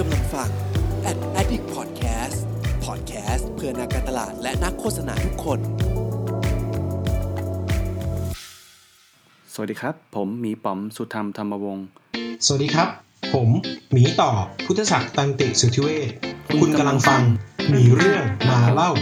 กำลังฟัง Addict Podcast Podcast เพื่อนักการตลาดและนักโฆษณาทุกคนสวัสดีครับผมหมีป๋อมสุธรรมธรรมวงศ์สวัสดีครับผมหมีต่อพุทธศักดิ์ตันติสุทธิเวชคุณกำลังฟังมีเรื่องมาเล่า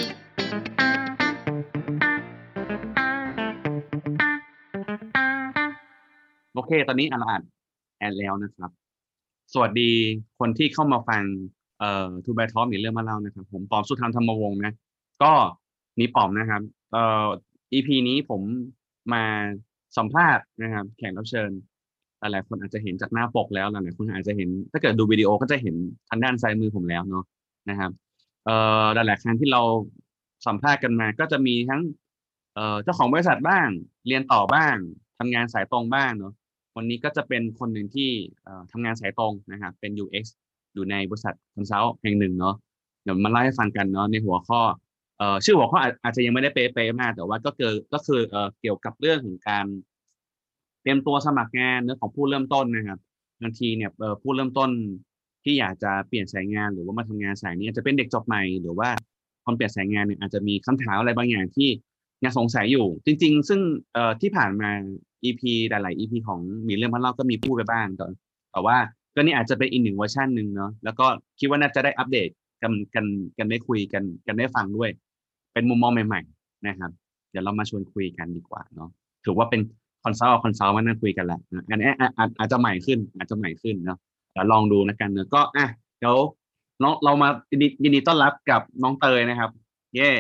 โอเคตอนนี้เราแอดแล้วนะครับสวัสดีคนที่เข้ามาฟังทูบายทอล์คมีเรื่องมาเล่านะครับผมป๋อมสุธรรมธรรมวงศ์นะก็มีป๋อมนะครับEP นี้ผมมาสัมภาษณ์นะครับแขกรับเชิญหลายๆคนอาจจะเห็นจากหน้าปกแล้วหลายๆคนอาจจะเห็นถ้าเกิดดูวิดีโอก็จะเห็นทางด้านซ้ายมือผมแล้วเนาะนะครับหลายๆครั้งที่เราสัมภาษณ์กันมาก็จะมีทั้งเจ้าของบริษัทบ้างเรียนต่อบ้างทำงานสายตรงบ้างเนาะวันนี้ก็จะเป็นคนหนึ่งที่ทำงานสายตรงนะครับเป็น UX อยู่ในบริษัทคอนซัลท์แห่งหนึ่งเนาะเดี๋ยวมาเล่าให้ฟังกันเนาะในหัวข้อชื่อหัวข้ออาจจะยังไม่ได้เป๊ะๆมากแต่ว่าก็คือเกี่ยวกับเรื่องของการเตรียมตัวสมัครงานเนื้อของผู้เริ่มต้นนะครับบางทีเนี่ยผู้เริ่มต้นที่อยากจะเปลี่ยนสายงานหรือว่ามาทำงานสายนี้อาจจะเป็นเด็กจบใหม่หรือว่าคนเปลี่ยนสายงานเนี่ยอาจจะมีคำถามอะไรบางอย่างที่ยังสงสัยอยู่จริงๆซึ่งที่ผ่านมา EP หลายๆ EP ของมีเรื่องมาเล่าก็มีพูดไปบ้างแต่ว่าก็นี่อาจจะเป็นอีกหนึ่งเวอร์ชันหนึ่งเนาะแล้วก็คิดว่าน่าจะได้อัปเดตกันได้คุยกันได้ฟังด้วยเป็นมุมมองใหม่ๆนะครับเดี๋ยวเรามาชวนคุยกันดีกว่าเนาะถือว่าเป็นคอนซัลท์มานั่งคุยกันแหละอันนี้อาจจะใหม่ขึ้นเนาะเดี๋ยวลองดูนะกันเนอะก็เดี๋ยวน้องเรามายินดีต้อนรับกับน้องเตยนะครับเย้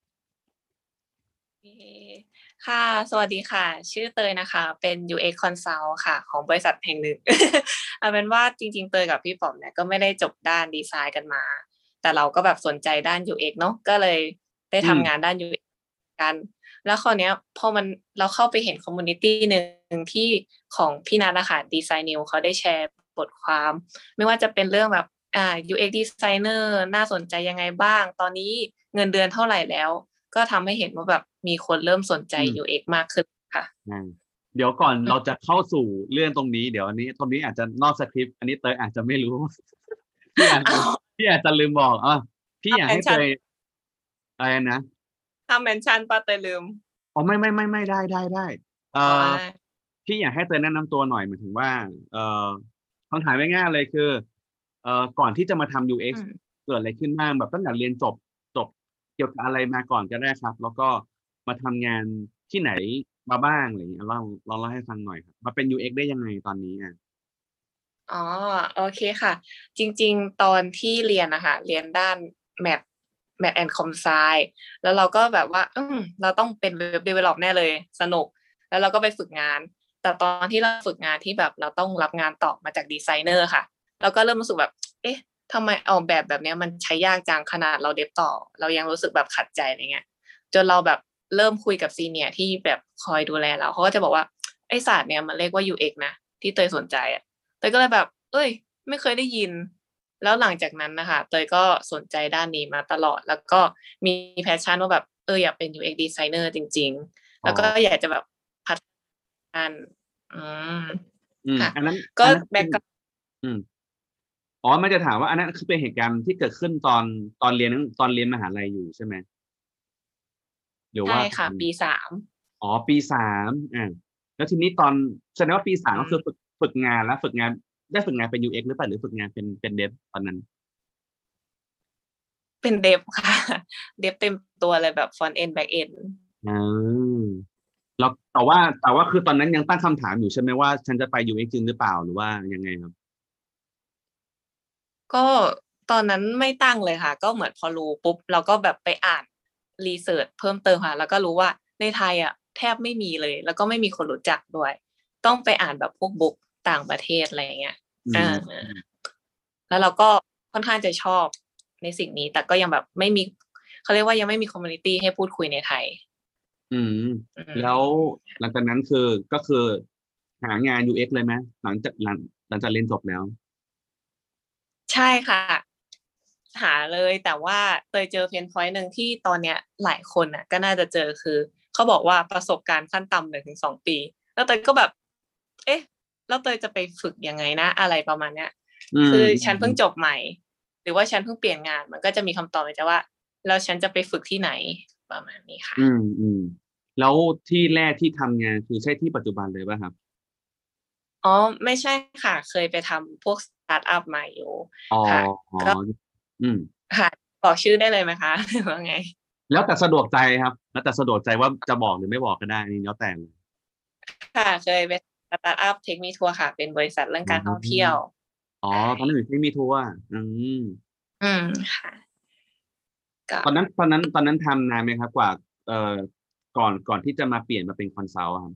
ค่ะสวัสดีค่ะชื่อเตยนะคะเป็น UX Consult ค่ะของบริษัทแห่งหนึ่ง เอาเป็นว่าจริงๆเตยกับพี่ป๋อมเนี่ยก็ไม่ได้จบด้านดีไซน์กันมาแต่เราก็แบบสนใจด้าน UX เนาะก็เลยได้ทำงานด้าน UX กันแล้วคราวเนี้ยพอเราเข้าไปเห็นคอมมูนิตี้นึงที่ของพี่นัทนะคะดีไซน์นิวเขาได้แชร์บทความไม่ว่าจะเป็นเรื่องแบบUX designer น่าสนใจยังไงบ้างตอนนี้เงินเดือนเท่าไหร่แล้วก็ทำให้เห็นว่าแบบมีคนเริ่มสนใจ UX มากขึ้นค่ะเดี๋ยวก่อนเราจะเข้าสู่เรื่องตรงนี้เดี๋ยวอันนี้ตรงนี้อาจจะนอกสคริปต์อันนี้เตยอาจจะไม่รู้ พี่อาจจะลืมบอกพี่อยากให้เตยอะไรนะทำเมนชั่นปะเตยลืมไม่ได้พี่อยากให้เตยแนะนำตัวหน่อยหมายถึงว่าคำถามง่ายๆเลยคือก่อนที่จะมาทำ UX เกิดอะไรขึ้นบ้างแบบตั้งแต่เรียนจบเกี่ยวกับอะไรมาก่อนก็ได้ครับแล้วก็มาทำงานที่ไหนมาบ้างอะไรอย่างเงี้ยเล่าให้ฟังหน่อยครับมาเป็น UX ได้ยังไงตอนนี้อ๋อโอเคค่ะจริงๆตอนที่เรียนนะคะเรียนด้าน Math and Com Sci แล้วเราก็แบบว่าเราต้องเป็นเว็บ develop แน่เลยสนุกแล้วเราก็ไปฝึกงานแต่ตอนที่เราฝึกงานที่แบบเราต้องรับงานต่อมาจากดีไซเนอร์ค่ะเราก็เริ่มรู้สึกแบบเอ๊ะทำไมออกแบบเนี้ยมันใช้ยากจังขนาดเราเดฟต่อเรายังรู้สึกแบบขัดใจอะไรเงี้ยจนเราแบบเริ่มคุยกับซีเนียร์ที่แบบคอยดูแลเราเขาก็จะบอกว่าไอ้ศาสตร์เนี้ยมันเรียกว่า UX นะที่เตยสนใจเตยก็เลยแบบไม่เคยได้ยินแล้วหลังจากนั้นนะคะเตยก็สนใจด้านนี้มาตลอดแล้วก็มีแพชชั่นว่าแบบอยากเป็น UX designer จริงๆแล้วก็อยากจะแบบพัฒนาอันนั้นก็แบ็คไม่จะถามว่าอันนั้นคือเป็นเหตุการณ์ที่เกิดขึ้นตอนเรียนมหาลัยอยู่ใช่ไหมหรือว่าใช่ค่ะปี3 ปี3แล้วทีนี้ตอนแสดงว่าปี3ก็คือฝึกงานแล้วฝึกงานได้ฝึกงานเป็น UX หรือเปล่าหรือฝึกงานเป็นเดฟตอนนั้นเป็นเดฟค่ะเดฟเต็มตัวเลยแบบ front end back end แล้วแต่ว่าคือตอนนั้นยังตั้งคำถามอยู่ใช่ไหมว่าฉันจะไป UX จริงหรือเปล่าหรือว่ายังไงครับก็ตอนนั้นไม่ตั้งเลยค่ะก็เหมือนพอรู้ปุ๊บเราก็แบบไปอ่านรีเสิร์ชเพิ่มเติมค่ะแล้วก็รู้ว่าในไทยแทบไม่มีเลยแล้วก็ไม่มีคนรู้จักด้วยต้องไปอ่านแบบพวกบุ๊กต่างประเทศอะไรอย่างเงี้ยแล้วเราก็ค่อนข้างจะชอบในสิ่งนี้แต่ก็ยังแบบไม่มีเขาเรียกว่ายังไม่มีคอมมูนิตี้ให้พูดคุยในไทยแล้วหลังจากนั้นก็คือหางาน UX เลยไหมหลังจากเรียนจบแล้วใช่ค่ะหาเลยแต่ว่าเตยเจอเพนพอยต์หนึ่งที่ตอนเนี้ยหลายคนก็น่าจะเจอคือเขาบอกว่าประสบการณ์ขั้นต่ำ1-2 ปีแล้วเตยก็แบบแล้วเตยจะไปฝึกยังไงนะอะไรประมาณเนี้ยคือฉันเพิ่งจบใหม่หรือว่าฉันเพิ่งเปลี่ยนงานมันก็จะมีคำตอบเลยจ้ะว่าแล้วฉันจะไปฝึกที่ไหนประมาณนี้ค่ะแล้วที่แรกที่ทำงานคือใช่ที่ปัจจุบันเลยป่ะครับอ๋อไม่ใช่ค่ะเคยไปทำพวกสตาร์ทอัพมาอยู่ค่ะก็ค่ะบอกชื่อได้เลยไหมคะหรือว่าไงแล้วแต่สะดวกใจครับแล้วแต่สะดวกใจว่าจะบอกหรือไม่บอกก็ได้นี่แล้วแต่ค่ะเคยไปสตาร์ทอัพเทคมีทัวร์ค่ะเป็นบริษัทเรื่องการท่องเที่ยวตอนนั้นอยู่ที่มีทัวร์ค่ะตอนนั้นทำนานไหมครับกว่าเอ่อก่อนที่จะมาเปลี่ยนมาเป็นคอนซัลท์ครับ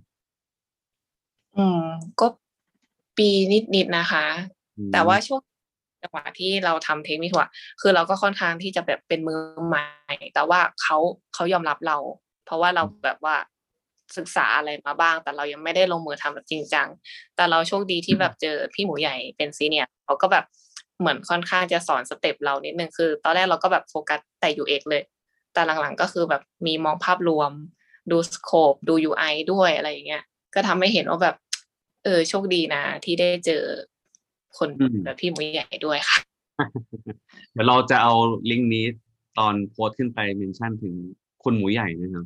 ก็ปีนิดนะคะแต่ว่าช่วงจังหวะที่เราทำเทคมีทัวร์คือเราก็ค่อนข้างที่จะแบบเป็นมือใหม่แต่ว่าเขายอมรับเราเพราะว่าเราแบบว่าศึกษาอะไรมาบ้างแต่เรายังไม่ได้ลงมือทำแบบจริงจังแต่เราโชคดีที่แบบเจอพี่หมูใหญ่เป็นซีเนียร์เขาก็แบบเหมือนค่อนข้างจะสอนสเต็ปเรานิดนึงคือตอนแรกเราก็แบบโฟกัสแต่ UX เลยแต่หลังๆก็คือแบบมีมองภาพรวมดูสโคปดู UI ด้วยอะไรอย่างเงี้ยก็ทำให้เห็นว่าแบบโชคดีนะที่ได้เจอคนแบบพี่หมูใหญ่ด้วยค่ะเดี๋ยวเราจะเอาลิงก์นี้ตอนโพสต์ขึ้นไปเมนชั่นถึงคุณหมูใหญ่นะครับ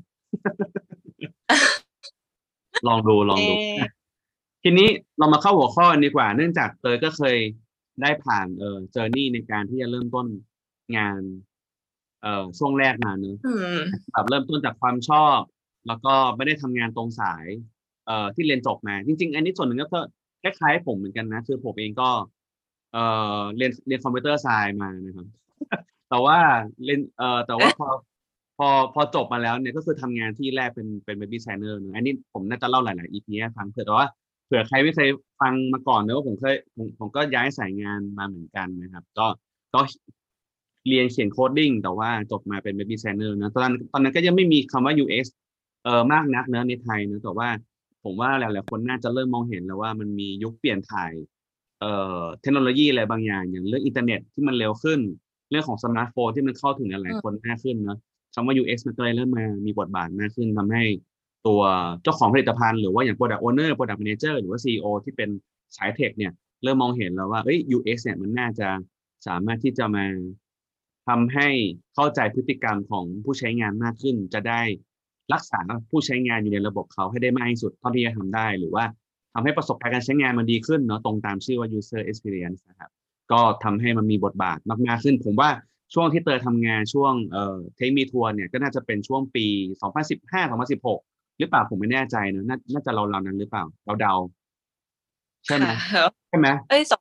ลองดูทีนี้เรามาเข้าหัวข้อกันดีกว่าเนื่องจากเตยก็เคยได้ผ่านเจอร์นี่ในการที่จะเริ่มต้นงานช่วงแรกมาเนอะแบบเริ่มต้นจากความชอบแล้วก็ไม่ได้ทำงานตรงสายที่เรียนจบมาจริงๆอันนี้ส่วนหนึ่งก็คล้ายๆผมเหมือนกันนะคือผมเองก็เรียนคอมพิวเตอร์ไซน์มานะครับ แต่ว่าแต่ว่าพอจบมาแล้วเนี่ยก็คือทำงานที่แรกเป็นเว็บดีไซเนอร์เนอะอันนี้ผมน่าจะเล่าหลายๆ EP ให้ฟังเผื่อใครไม่เคยฟังมาก่อนเนอะว่าผมก็ย้ายสายงานมาเหมือนกันนะครับก็เรียนเขียนโคดดิ้งแต่ว่าจบมาเป็นเว็บดีไซเนอร์นะตอนนั้นก็ยังไม่มีคำว่า UX มากนักเนอะในไทยนะแต่ว่าผมว่าหลายๆคนน่าจะเริ่มมองเห็นแล้วว่ามันมียุคเปลี่ยนถ่ายเทคโนโลยีอะไรบางอย่างอย่างเรื่องอินเทอร์เน็ตที่มันเร็วขึ้นเรื่องของสมาร์ทโฟนที่มันเข้าถึงหลายๆคนมากขึ้นเนอะคำว่า UX มันก็เลยเริ่มมามีบทบาทมากขึ้นทำให้ตัวเจ้าของผลิตภัณฑ์หรือว่าอย่าง Product Owner Product Manager หรือว่า CEO ที่เป็นสายเทคเนี่ยเริ่มมองเห็นแล้วว่าUX เนี่ยมันน่าจะสามารถที่จะมาทำให้เข้าใจพฤติกรรมของผู้ใช้งานมากขึ้นจะได้รักษาผู้ใช้งานอยู่ในระบบเขาให้ได้มากที่สุดเท่าที่จะทำได้หรือว่าทำให้ประสบการณ์การใช้งานมันดีขึ้นเนาะตรงตามชื่อว่า user experience นะครับก็ทำให้มันมีบทบาทมากๆขึ้นผมว่าช่วงที่เตยทำงานช่วงเทคมีทัวร์เนี่ยก็น่าจะเป็นช่วงปี2015-2016หรือเปล่าผมไม่แน่ใจนะน่าจะเรานั้นหรือเปล่าเราเดาใช่ไหมใช่ไหม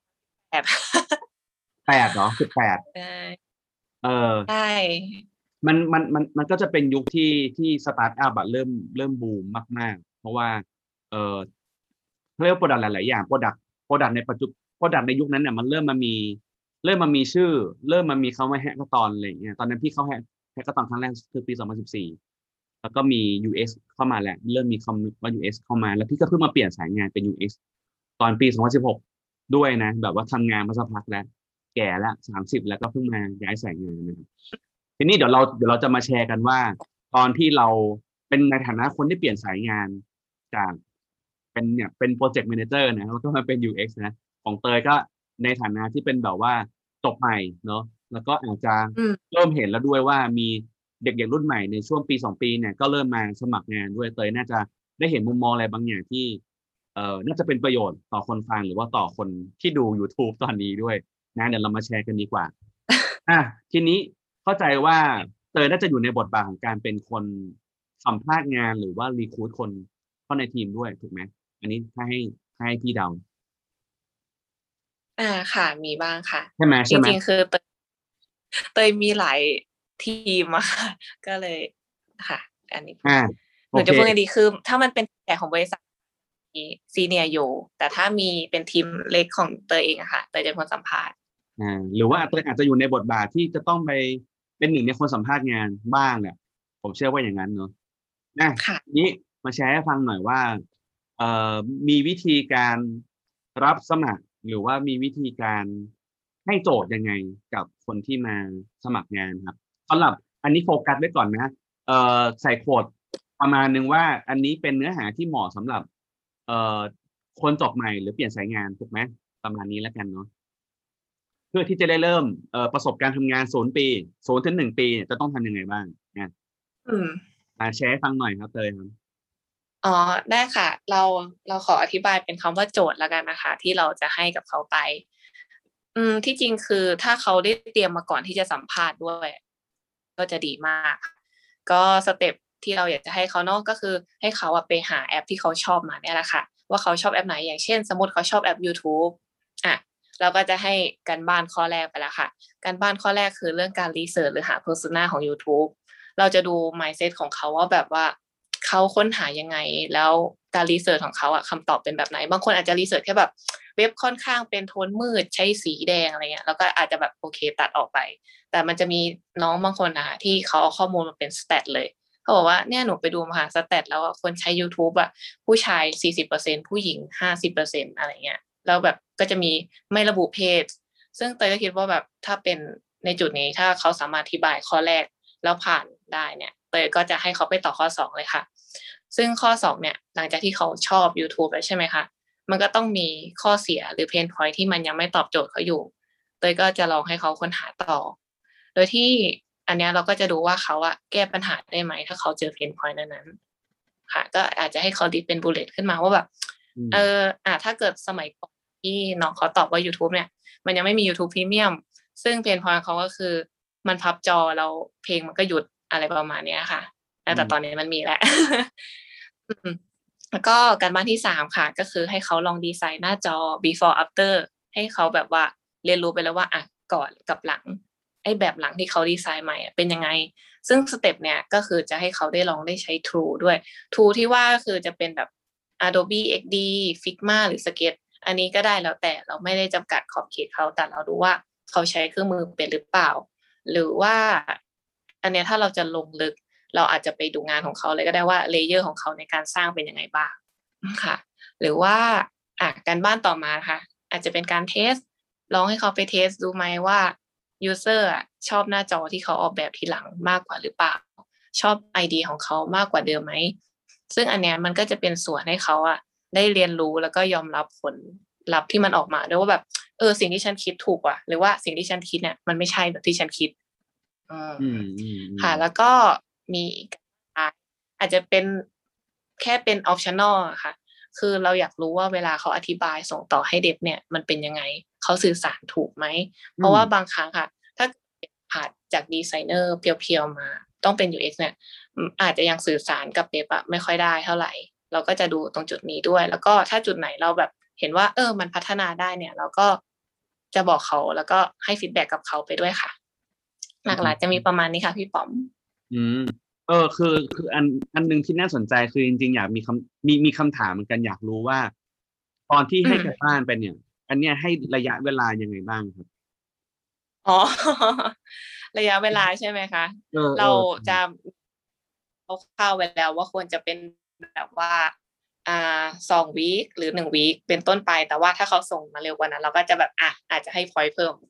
8เหรอ18 ใช่มันก็จะเป็นยุคที่สตาร์ทอัพอะเริ่มบูมมากๆเพราะว่าเอ่อเรียกว่าโปรดักต์หลายๆอย่างโปรดักต์ในปัจจุโปรดักต์ในยุคนั้นเนี่ยมันเริ่มมามีชื่อเริ่มมามีคำว่าแฮกเกอร์ตอนอะไรอย่างเงี้ยตอนนั้นพี่เข้าแฮกเกอร์ตอนครั้งแรกคือปี2014แล้วก็มี UX เข้ามาแหละเริ่มมีคำว่า UX เข้ามาแล้วพี่ก็เพิ่งมาเปลี่ยนสายงานเป็น UX ตอนปี2016ด้วยนะแบบว่าทำงานมาสักพักแล้วแก่แล้ว30แล้วก็เพิ่งมาย้ายสายงานนะครับทีนี้เดี๋ยวเราจะมาแชร์กันว่าตอนที่เราเป็นในฐานะคนที่เปลี่ยนสายงานจากเป็นโปรเจกต์แมเนเจอร์นะแล้วก็มาเป็น UX นะของเตยก็ในฐานะที่เป็นแบบว่าจบใหม่เนาะแล้วก็อาจจะเริ่มเห็นแล้วด้วยว่ามีเด็กๆรุ่นใหม่ในช่วงปี2ปีเนี่ยก็เริ่มมาสมัครงานด้วยเตยน่าจะได้เห็นมุมมองอะไรบางอย่างที่น่าจะเป็นประโยชน์ต่อคนฟังหรือว่าต่อคนที่ดู YouTube ตอนนี้ด้วยนะเดี๋ยวเรามาแชร์กันดีกว่าทีนี้เข้าใจว่าเตยน่าจะอยู่ในบทบาทของการเป็นคนสัมภาษณ์งานหรือว่ารีครูทคนเข้าในทีมด้วยถูกไหมอันนี้ถ้าให้พี่เดาค่ะมีบ้างค่ะใช่ไหมจริงๆคือเตยมีหลายทีมอะค่ะก็เลยค่ะอันนี้หนูจะพูดไงดีคือถ้ามันเป็นแขกของบริษัทมีซีเนียร์อยู่แต่ถ้ามีเป็นทีมเล็กของเตยเองอะค่ะเตยจะเป็นคนสัมภาษณ์หรือว่าเตยอาจจะอยู่ในบทบาทที่จะต้องไปเป็นหนึ่งในคนสัมภาษณ์งานบ้างแหละผมเชื่อว่าอย่างนั้นเนอะนี้มาแชร์ให้ฟังหน่อยว่ามีวิธีการรับสมัครหรือว่ามีวิธีการให้โจทย์ยังไงกับคนที่มาสมัครงานครับสำหรับอันนี้โฟกัสไว้ก่อนนะใส่โค้ดประมาณนึงว่าอันนี้เป็นเนื้อหาที่เหมาะสำหรับคนจบใหม่หรือเปลี่ยนสายงานถูกไหมประมาณนี้แล้วกันเนาะพื่อที่จะได้เริ่มประสบการณ์ทำงาน0 ปี0 ถึง 1 ปีจะต้องทำยังไงบ้างนะอืมแชร์ให้ฟังหน่อยครับเตยครับอ๋อได้ค่ะ เราขออธิบายเป็นคำว่าโจทย์แล้วกันนะคะ ที่เราจะให้กับเขาไปที่จริงคือถ้าเขาได้เตรียมมาก่อนที่จะสัมภาษณ์ด้วยก็จะดีมากก็สเต็ปที่เราอยากจะให้เขาเนาะก็คือให้เขาไปหาแอปที่เขาชอบมาเนี่ยแหละค่ะว่าเขาชอบแอปไหนอย่างเช่นสมมติเขาชอบแอป YouTube อ่ะเราก็จะให้การบ้านข้อแรกไปแล้วค่ะการบ้านข้อแรกคือเรื่องการรีเสิร์ชหรือหา persona ของ YouTube เราจะดู mindset ของเขาว่าแบบว่าเขาค้นหายังไงแล้วการรีเสิร์ชของเขาคำตอบเป็นแบบไหนบางคนอาจจะรีเสิร์ชแค่แบบเว็บค่อนข้างเป็นโทนมืดใช้สีแดงอะไรเงี้ยแล้วก็อาจจะแบบโอเคตัดออกไปแต่มันจะมีน้องบางคนนะคะที่เขาเอาข้อมูลมาเป็นสแตทเลยเขาบอกว่าเนี่ยหนูไปดูมาหาสแตทแล้วคนใช้ YouTube ผู้ชาย 40% ผู้หญิง 50% อะไรเงี้ยแล้วแบบก็จะมีไม่ระบุเพศซึ่งเตยก็คิดว่าแบบถ้าเป็นในจุดนี้ถ้าเขาสามารถอธิบายข้อแรกแล้วผ่านได้เนี่ยเตยก็จะให้เขาไปต่อข้อ2เลยค่ะซึ่งข้อ2เนี่ยหลังจากที่เขาชอบ YouTube แล้วใช่ไหมคะมันก็ต้องมีข้อเสียหรือเพนพอยท์ที่มันยังไม่ตอบโจทย์เขาอยู่เตยก็จะลองให้เขาค้นหาต่อโดยที่อันนี้เราก็จะดูว่าเขาแก้ปัญหาได้ไหมถ้าเขาเจอเพนพอยท์นั้นๆค่ะก็อาจจะให้เขาดิเป็นบูลเลตขึ้นมาว่าแบบถ้าเกิดสมัยก่อนที่น้องเขาตอบว่า YouTube เนี่ยมันยังไม่มี YouTube Premium ซึ่งเพนพอยท์เขาก็คือมันพับจอแล้วเพลงมันก็หยุดอะไรประมาณนี้ค่ะแต่ตอนนี้มันมีแล้ว แล้วก็การบ้านที่3ค่ะก็คือให้เขาลองดีไซน์หน้าจอ before after ให้เขาแบบว่าเรียนรู้ไปแล้วว่าก่อนกับหลังไอ้แบบหลังที่เขาดีไซน์ใหม่เป็นยังไงซึ่งสเต็ปเนี้ยก็คือจะให้เขาได้ลองได้ใช้ Tool ด้วย Tool ที่ว่าคือจะเป็นแบบ Adobe XD Figma หรือ Sketch อันนี้ก็ได้แล้วแต่เราไม่ได้จำกัดขอบเขตเขาแต่เราดูว่าเขาใช้เครื่องมือเป็นหรือเปล่าหรือว่าอันเนี้ยถ้าเราจะลงลึกเราอาจจะไปดูงานของเขาเลยก็ได้ว่าเลเยอร์ของเขาในการสร้างเป็นยังไงบ้างค่ะหรือว่าการบ้านต่อมาค่ะอาจจะเป็นการเทสลองให้เขาไปเทสดูไหมว่ายูเซอร์ชอบหน้าจอที่เขาออกแบบทีหลังมากกว่าหรือเปล่าชอบไอเดียของเขามากกว่าเดิมไหมซึ่งอันเนี้ยมันก็จะเป็นส่วนให้เขาได้เรียนรู้แล้วก็ยอมรับผลลัพธ์ที่มันออกมาด้วยว่าแบบสิ่งที่ฉันคิดถูกว่ะหรือว่าสิ่งที่ฉันคิดเนี่ยมันไม่ใช่แบบที่ฉันคิดค่ะแล้วก็มีอาจจะเป็นแค่เป็น optional ค่ะคือเราอยากรู้ว่าเวลาเขาอธิบายส่งต่อให้เด็กเนี่ยมันเป็นยังไงเขาสื่อสารถูกไหมเพราะว่าบางครั้งค่ะถ้าผ่านจากดีไซเนอร์เพียวๆมาต้องเป็น UX เนี่ยอาจจะยังสื่อสารกับเด็กไม่ค่อยได้เท่าไหร่เราก็จะดูตรงจุดนี้ด้วยแล้วก็ถ้าจุดไหนเราแบบเห็นว่ามันพัฒนาได้เนี่ยเราก็จะบอกเขาแล้วก็ให้ฟีดแบ็กกับเขาไปด้วยค่ะหลักๆจะมีประมาณนี้ค่ะพี่ป๋อมคืออันนึงที่น่าสนใจคือจริงๆอยากมีคำถามเหมือนกันอยากรู้ว่าตอนที่ให้การบ้านไปเนี่ยอันเนี้ยให้ระยะเวลายังไงบ้างครับอ๋อ ระยะเวลาใช่ไหมคะเราจะคร่าวๆไว้แล้วว่าควรจะเป็นแบบว่า2 วีคหรือ1 วีคเป็นต้นไปแต่ว่าถ้าเขาส่งมาเร็วกว่านั้นเราก็จะแบบอาจจะให้พอยต์เพิ่ม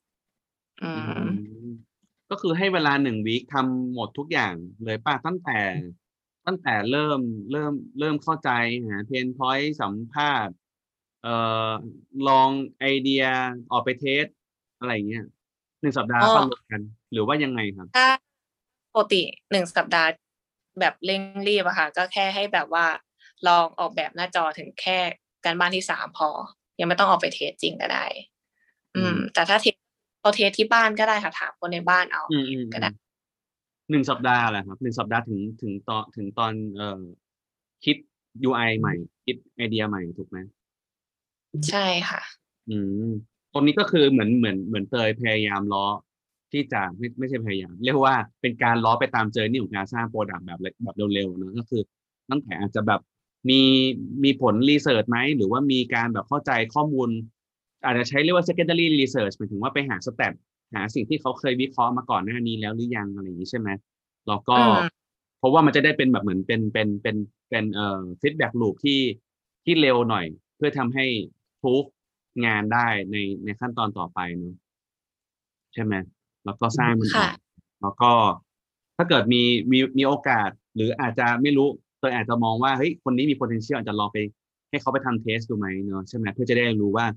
ก็คือให้เวลา1 วีคทำหมดทุกอย่างเลยป่ะตั้งแต่เริ่มเข้าใจหาเพนพอยต์สัมภาษณ์ลองไอเดียออกไปเทสอะไรอย่างเงี้ย1 สัปดาห์ก็ลงกันหรือว่ายังไงครับถ้าปกติ1 สัปดาห์แบบเร่งรีบค่ะก็แค่ให้แบบว่าลองออกแบบหน้าจอถึงแค่การบ้านที่3พอยังไม่ต้องออกไปเทสจริงก็ได้แต่ถ้าเอาเทสที่บ้านก็ได้ค่ะถามคนในบ้านเอาก็ได้ 1 สัปดาห์แหละครับ1 สัปดาห์ถึงตอนคิด UI ใหม่คิดไอเดียใหม่ถูกไหมใช่ค่ะตรงนี้ก็คือเหมือนเตยพยายามล้อที่จะไม่ใช่พยายามเรียกว่าเป็นการล้อไปตามเจอร์นี่ของการสร้างโปรดักต์แบบเร็วๆนะก็คือตั้งแต่อาจจะแบบมีผลรีเสิร์ชไหมหรือว่ามีการแบบเข้าใจข้อมูลอาจจะใช้เรียกว่า secondary research หมายถึงว่าไปหาสแตทหาสิ่งที่เขาเคยวิเคราะห์มาก่อนหน้านี้แล้วหรือยังอะไรอย่างนี้ใช่ไหมแล้วก็เพราะว่ามันจะได้เป็นแบบเหมือนเป็นfeedback loop ที่เร็วหน่อยเพื่อทำให้ทุกงานได้ในขั้นตอนต่อไปเนาะใช่ไหมแล้วก็สร้างมันออกแล้วก็ถ้าเกิดมีโอกาสหรืออาจจะไม่รู้ตัวอาจจะมองว่าเฮ้ยคนนี้มี potential อาจจะลองไปให้เขาไปทำเทสดูไหมเนาะใช่ไหมเพื่อจะได้รู้ว่า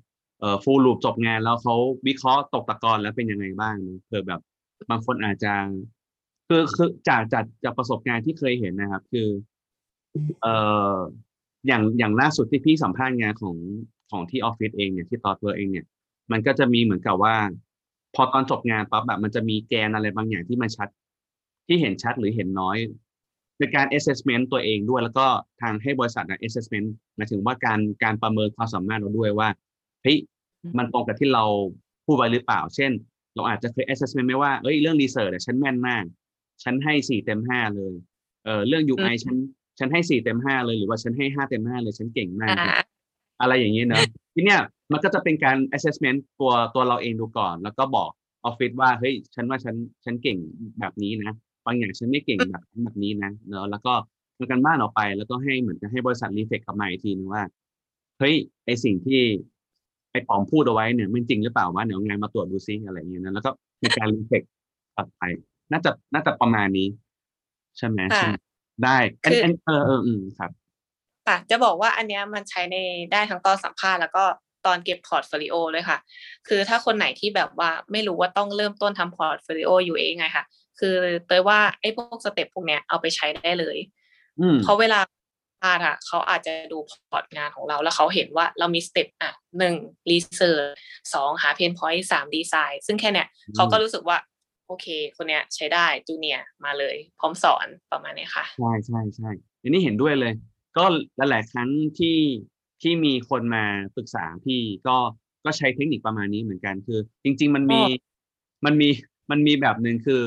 full loop จบงานแล้วเขาวิเคราะห์ตกตะกอนแล้วเป็นยังไงบ้างเนอะเผื่อแบบบางคนอาจจะคือจากประสบการณ์ที่เคยเห็นนะครับคือเอ่ออย่างล่าสุดที่พี่สัมภาษณ์งานของที่ออฟฟิศเองเนี่ยที่ตอตเวอร์เองเนี่ยมันก็จะมีเหมือนกับว่าพอตอนจบงานปั๊บแบบมันจะมีแกนอะไรบางอย่างที่มันชัดที่เห็นชัดหรือเห็นน้อยในการ assessment ตัวเองด้วยแล้วก็ทางให้บริษัทนะ assessment หมายถึงว่าการประเมินความสามารถเราด้วยว่าเฮ้ยมันตรงกับที่เราพูดไว้หรือเปล่าเช่นเราอาจจะเคย assessment ไม่ว่าเอ้ยเรื่อง research ฉันแม่นมากฉันให้4 เต็ม 5เลยเรื่อง UI ฉันให้4 เต็ม 5เลยหรือว่าฉันให้5 เต็ม 5เลยฉันเก่งมากอะไรอย่างนี้เนอะทีเนี้ยมันก็จะเป็นการ assessment ตัวเราเองดูก่อนแล้วก็บอกออฟฟิศว่าเฮ้ยฉันว่าฉันเก่งแบบนี้นะบางอย่างฉันไม่เก่งแบบนี้นะเนอะแล้วก็ทำกันบ้านออกไปแล้วก็ให้เหมือนกับให้บริษัทรีเฟกกลับมาอีกทีนึงว่าเฮ้ยไอสิ่งที่ไอป๋อมพูดเอาไว้เนี่ยมันจริงหรือเปล่าว่าเดี๋ยวงานมาตรวจดูซิอะไรอย่างเงี้ยนะแล้วก็มีการรีเฟกกลับไปน่าจะประมาณนี้ใช่ไหมใช่ได้ครับค่ะจะบอกว่าอันเนี้ยมันใช้ในได้ทั้งตอนสัมภาษณ์แล้วก็ตอนเก็บพอร์ตโฟลิโอเลยค่ะคือถ้าคนไหนที่แบบว่าไม่รู้ว่าต้องเริ่มต้นทำพอร์ตโฟลิโออยู่เองไงค่ะคือเตยว่าไอ้พวกสเต็ปพวกเนี้ยเอาไปใช้ได้เลยเพราะเวลาเขาอาจจะดูพอร์ตงานของเราแล้วเขาเห็นว่าเรามีสเต็ป1 research 2 หาเพนพอยต์3 design ซึ่งแค่เนี้ยเขาก็รู้สึกว่าโอเคคนเนี้ยใช้ได้จูเนียร์มาเลยพร้อมสอนประมาณนี้ค่ะใช่อันนี้เห็นด้วยเลยก็หลายๆครั้งที่มีคนมาปรึกษาพี่ก็ใช้เทคนิคประมาณนี้เหมือนกันคือจริงๆมันมีแบบหนึ่งคือ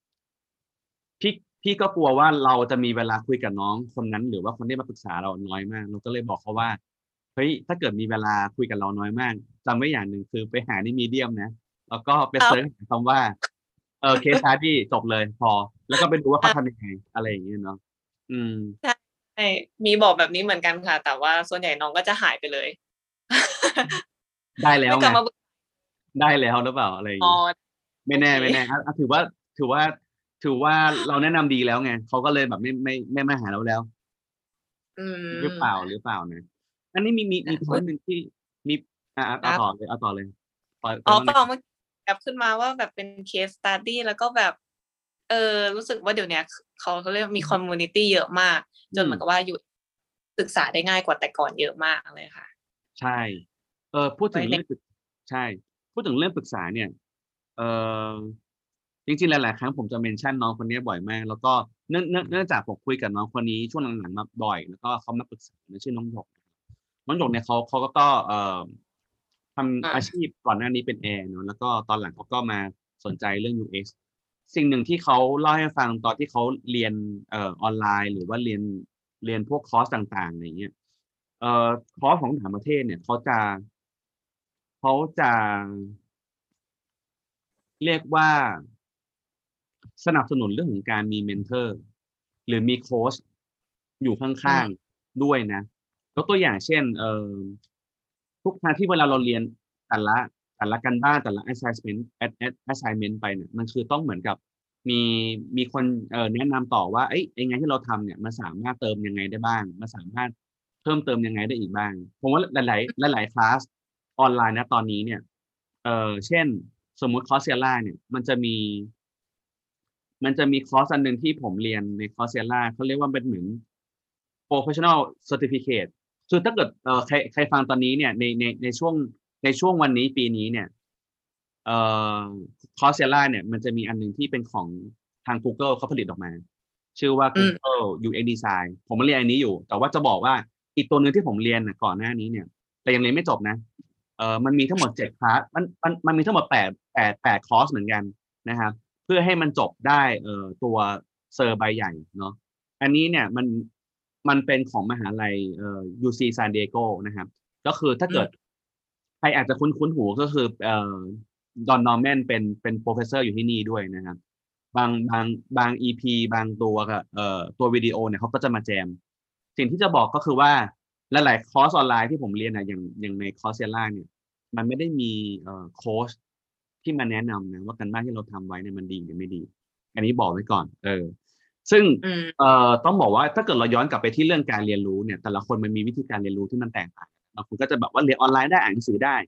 พี่ก็กลัวว่าเราจะมีเวลาคุยกับน้องคนนั้นหรือว่าคนที่มาปรึกษาเราน้อยมากเราก็เลยบอกเขาว่าเฮ้ยถ้าเกิดมีเวลาคุยกับเราน้อยมากจำไว้อย่างหนึ่งคือไปหาในมีเดียมนะแล้วก็ไปเซิร์ชคำว่าเคสสตั๊ดดี้จบเลยพอแล้วก็ไปดูว่าเขาทำยังไงอะไรอย่างเงี้ยเนาะใช่มีบอกแบบนี้เหมือนกันค่ะแต่ว่าส่วนใหญ่น้องก็จะหายไปเลยได้แล้วไงได้แล้วหรือเปล่าอะไรอย่างเงี้ยไม่แน่ถือว่าเราแนะนำดีแล้วไงเขาก็เลยแบบไม่มาหาเราแล้วหรือเปล่านะอันนี้มีพอยต์หนึ่งที่มีเอาต่อเลยเปล่าเมื่อกี้แบบขึ้นมาว่าแบบเป็น case study แล้วก็แบบรู้สึกว่าเดี๋ยวนี้เขาเรียกมีคอมมูนิตี้เยอะมากจนเหมือนกับว่าอยู่ศึกษาได้ง่ายกว่าแต่ก่อนเยอะมากเลยค่ะใช่พูดถึงเรื่องใช่พูดถึงเรื่องปรึกษาเนี่ยจริงๆหลายๆครั้งผมจะเมนชั่นน้องคนนี้บ่อยมากแล้วก็เนื่องจากผมคุยกับน้องคนนี้ช่วงหลังๆมาบ่อยแล้วก็เขามาปรึกษาชื่อน้องหยกเนี่ยเขาก็ทำอาชีพก่อนหน้านี้เป็นแอร์เนาะแล้วก็ตอนหลังเขาก็มาสนใจเรื่อง UX สิ่งหนึ่งที่เขาเล่าให้ฟังตอนที่เขาเรียนออนไลน์หรือว่าเรียนพวกคอร์สต่างๆอย่างเงี้ยคอร์สของต่างประเทศเนี่ยเขาจะเรียกว่าสนับสนุนเรื่องของการมีเมนเทอร์หรือมีโค้ชอยู่ข้างๆด้วยนะยกตัวอย่างเช่นทุกครั้งที่เวลาเราเรียนแต่ละการบ้านแต่ละ assignment ไปเนี่ยมันคือต้องเหมือนกับมีคนแนะนำต่อว่าไอ้งานที่เราทำเนี่ยมันสามารถเติมยังไงได้บ้างมันสามารถเพิ่มเติมยังไงได้อีกบ้างผมว่าหลายคลาสออนไลน์นะตอนนี้เนี่ยเช่นสมมุติ Coursera เนี่ยมันจะมีคอร์สอันหนึ่งที่ผมเรียนใน Coursera เขาเรียกว่าเป็นเหมือน professional certificate คือถ้าเกิดใครฟังตอนนี้เนี่ยในช่วงวันนี้ปีนี้เนี่ยCoursera เนี่ยมันจะมีอันนึงที่เป็นของทาง Google เขาผลิตออกมาชื่อว่า Google UX Design ผมเรียนอันนี้อยู่แต่ว่าจะบอกว่าอีกตัวนึงที่ผมเรียนก่อนหน้านี้เนี่ยแต่ยังเรียนไม่จบนะมันมีทั้งหมด7คลาสมันมีทั้งหมด8คอร์สเหมือนกันนะครับเพื่อให้มันจบได้ตัวเซอร์ใบใหญ่เนาะอันนี้เนี่ยมันเป็นของมหาลัยUC San Diego นะครับก็คือถ้าเกิดใครอาจจะคุ้นหูก็คือดอนนอร์แมนเป็นโปรเฟสเซอร์อยู่ที่นี่ด้วยนะครับบาง EP บางตัววิดีโอเนี่ยเขาก็จะมาแจมสิ่งที่จะบอกก็คือว่าหลายๆคอร์สออนไลน์ที่ผมเรียนอย่างใน Coursera เนี่ยมันไม่ได้มีโค้ชที่มาแนะนำนะว่าการบ้านที่เราทำไว้เนี่ยมันดีหรือไม่ดีอันนี้บอกไว้ก่อนซึ่งต้องบอกว่าถ้าเกิดเราย้อนกลับไปที่เรื่องการเรียนรู้เนี่ยแต่ละคนมันมีวิธีการเรียนรู้ที่มันแตกต่างบางคนก็จะแบบว่าเรียนออนไลน์ได้อ่านหนังสือได้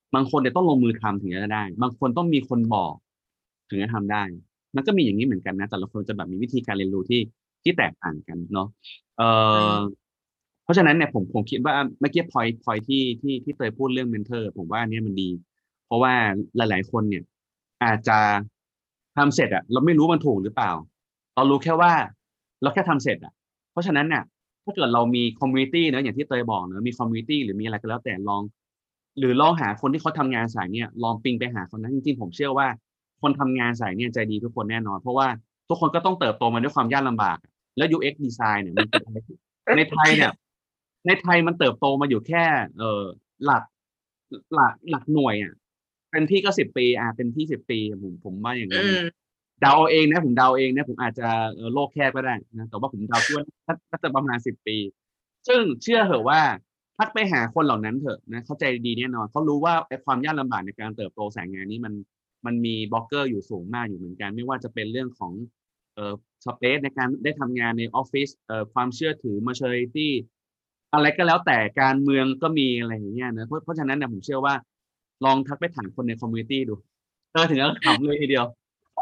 บางคนเนี่ยต้องลงมือทำถึงจะได้บางคนต้องมีคนบอกถึงจะทำได้มันก็มีอย่างนี้เหมือนกันนะแต่ละคนจะแบบมีวิธีการเรียนรู้ที่แตกต่างกันเนาะเอ่อเพราะฉะนั้นเนี่ยผมคิดว่าเมื่อกี้พอยที่เตยพูดเรื่องเมนเทอร์ผมว่าอันนี้มันดีเพราะว่าหลายๆคนเนี่ยอาจจะทำเสร็จอะเราไม่รู้มันถูกหรือเปล่าเรารู้แค่ว่าเราแค่ทำเสร็จอะเพราะฉะนั้นเนี่ยถ้าเกิดเรามีคอมมูนิตี้เนอะอย่างที่เตยบอกเนอะมีคอมมูนิตี้หรือมีอะไรก็แล้วแต่ลองหาคนที่เขาทำงานสายเนี่ยลองปิงไปหาคนนั้นจริงๆผมเชื่อว่าคนทำงานสายเนี่ยใจดีทุกคนแน่นอนเพราะว่าทุกคนก็ต้องเติบโตมาด้วยความยากลำบากแล้ว UX design เนี่ยมันเป็นอะไรที่ในไทยเนี่ยในไทยมันเติบโตมาอยู่แค่หลักหลักหน่วยอ่ะเป็นที่ก็10 ปีเป็นที่10 ปีผมว่าอย่างนั้นเดาเอาเองนะผมเดาเองนะผมอาจจะโลกแคบก็ได้นะแต่ว่าผมเดาคิดว่าน่าจะประมาณ10 ปีซึ่งเชื่อเหอะว่าทักไปหาคนเหล่านั้นเถอะนะเข้าใจดีแน่นอนเขารู้ว่าไอ้ความยากลำบากในการเติบโตสายงานนี้มันมีบล็อกเกอร์อยู่สูงมากอยู่เหมือนกันไม่ว่าจะเป็นเรื่องของสเปซในการได้ทำงานในออฟฟิศความเชื่อถือ maturity อะไรก็แล้วแต่การเมืองก็มีอะไรอย่างเงี้ยนะเพราะฉะนั้นเนี่ยผมเชื่อว่าลองทักไปถามคนในคอมมูนิตี้ดูถึงจะขำเลยทีเดียว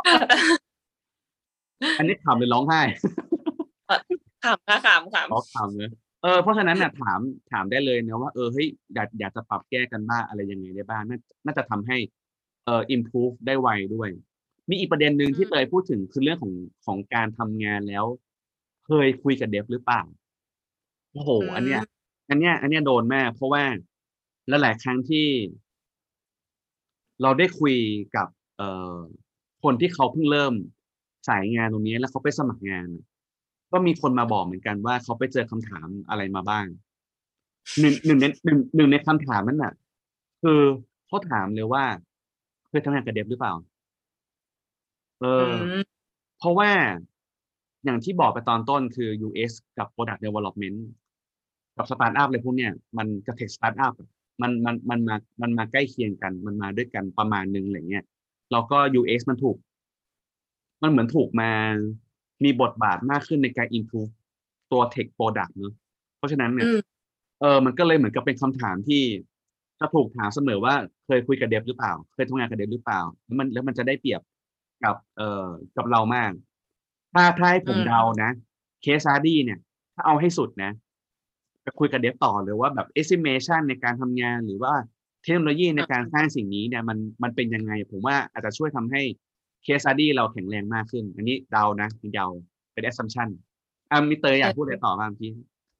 อันนี้ขำเลยร้องไห้ขำค่ะขำอ๋อขำเลยเพราะฉะนั้นเนี่ยถามได้เลยนะว่าเฮ้ยอยากจะปรับแก้กันบ้างอะไรยังไงได้บ้างน่าจะทำให้improve ได้ไวด้วยมีอีกประเด็นหนึ่งที่เตยพูดถึงคือเรื่องของการทำงานแล้วเคยคุยกับเดฟหรือเปล่าโอ้โหอันเนี้ยโดนมากเพราะว่าหลายๆครั้งที่เราได้คุยกับคนที่เขาเพิ่งเริ่มสายงานตรงนี้แล้วเขาไปสมัครงานก็มีคนมาบอกเหมือนกันว่าเขาไปเจอคำถามอะไรมาบ้างหนึ่งในคำถามนั้นน่ะคือเขาถามเลยว่าเคยทำงานกับเดฟหรือเปล่าเออเพราะว่าอย่างที่บอกไปตอนต้นคือ UX กับ Product Development กับสตาร์ทอัพอะไรพวกเนี้ยมันกับเทคสตาร์ทอัพมันมาใกล้เคียงกันมันมาด้วยกันประมาณนึงอะไรเงี้ยแล้วก็ UX มันเหมือนถูกมามีบทบาทมากขึ้นในการ improve ตัว tech product เนอะเพราะฉะนั้นเนี่ยมันก็เลยเหมือนกับเป็นคำถามที่จะถูกถามเสมอว่าเคยคุยกับเดฟหรือเปล่าเคยทำงานกับเดฟหรือเปล่าแล้วมันจะได้เปรียบกับกับเรามากถ้าให้ผมเดานะเคสซาดี้เนี่ยถ้าเอาให้สุดนะจะคุยกับเดฟต่อเลยว่าแบบ estimation ในการทำงานหรือว่าเทคโนโลยีในการสร้างสิ่งนี้เนี่ยมันเป็นยังไงผมว่าอาจจะช่วยทำให้เคส study เราแข็งแรงมากขึ้นอันนี้เดานะเดาเป็น assumption มีเตยอยากพูดอะไรต่อบ้างพี่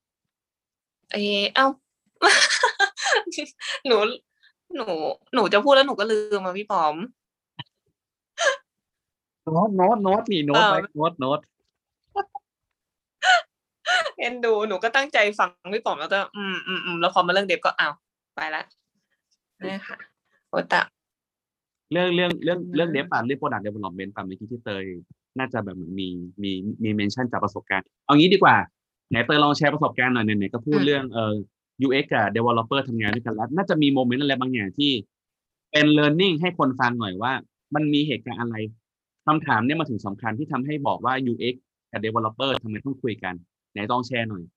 เอ้า หนูหนูจะพูดแล้วหนูก็ลืมอ่ะพี่ป๋อมโน้ตนี่โน้ตไว้โน้ตเอ็นดูหนูก็ตั้งใจฟังพี่ป๋อมแล้วก็แล้วพอมาเรื่องเดฟก็อ้าวไปละนี่ค่ะโอตะเรื่องเดฟป่ะเรื่อง product development ป่ะเมื่อกี้ที่เตยน่าจะแบบเหมือนมีเมนชั่นจากประสบการณ์เอางี้ดีกว่าไหนเตยลองแชร์ประสบการณ์หน่อยไหนๆก็พูดเรื่องUX กับ developer ทำงานด้วยกันแล้วน่าจะมีโมเมนต์อะไรบางอย่างที่เป็น learning ให้คนฟังหน่อยว่ามันมีเหตุการณ์อะไรคำถามเนี่ยมาถึงสำคัญที่ทำให้บอกว่า UX กับ developer ทำไมต้องคุยกันไหนต้องแชร์หน่อย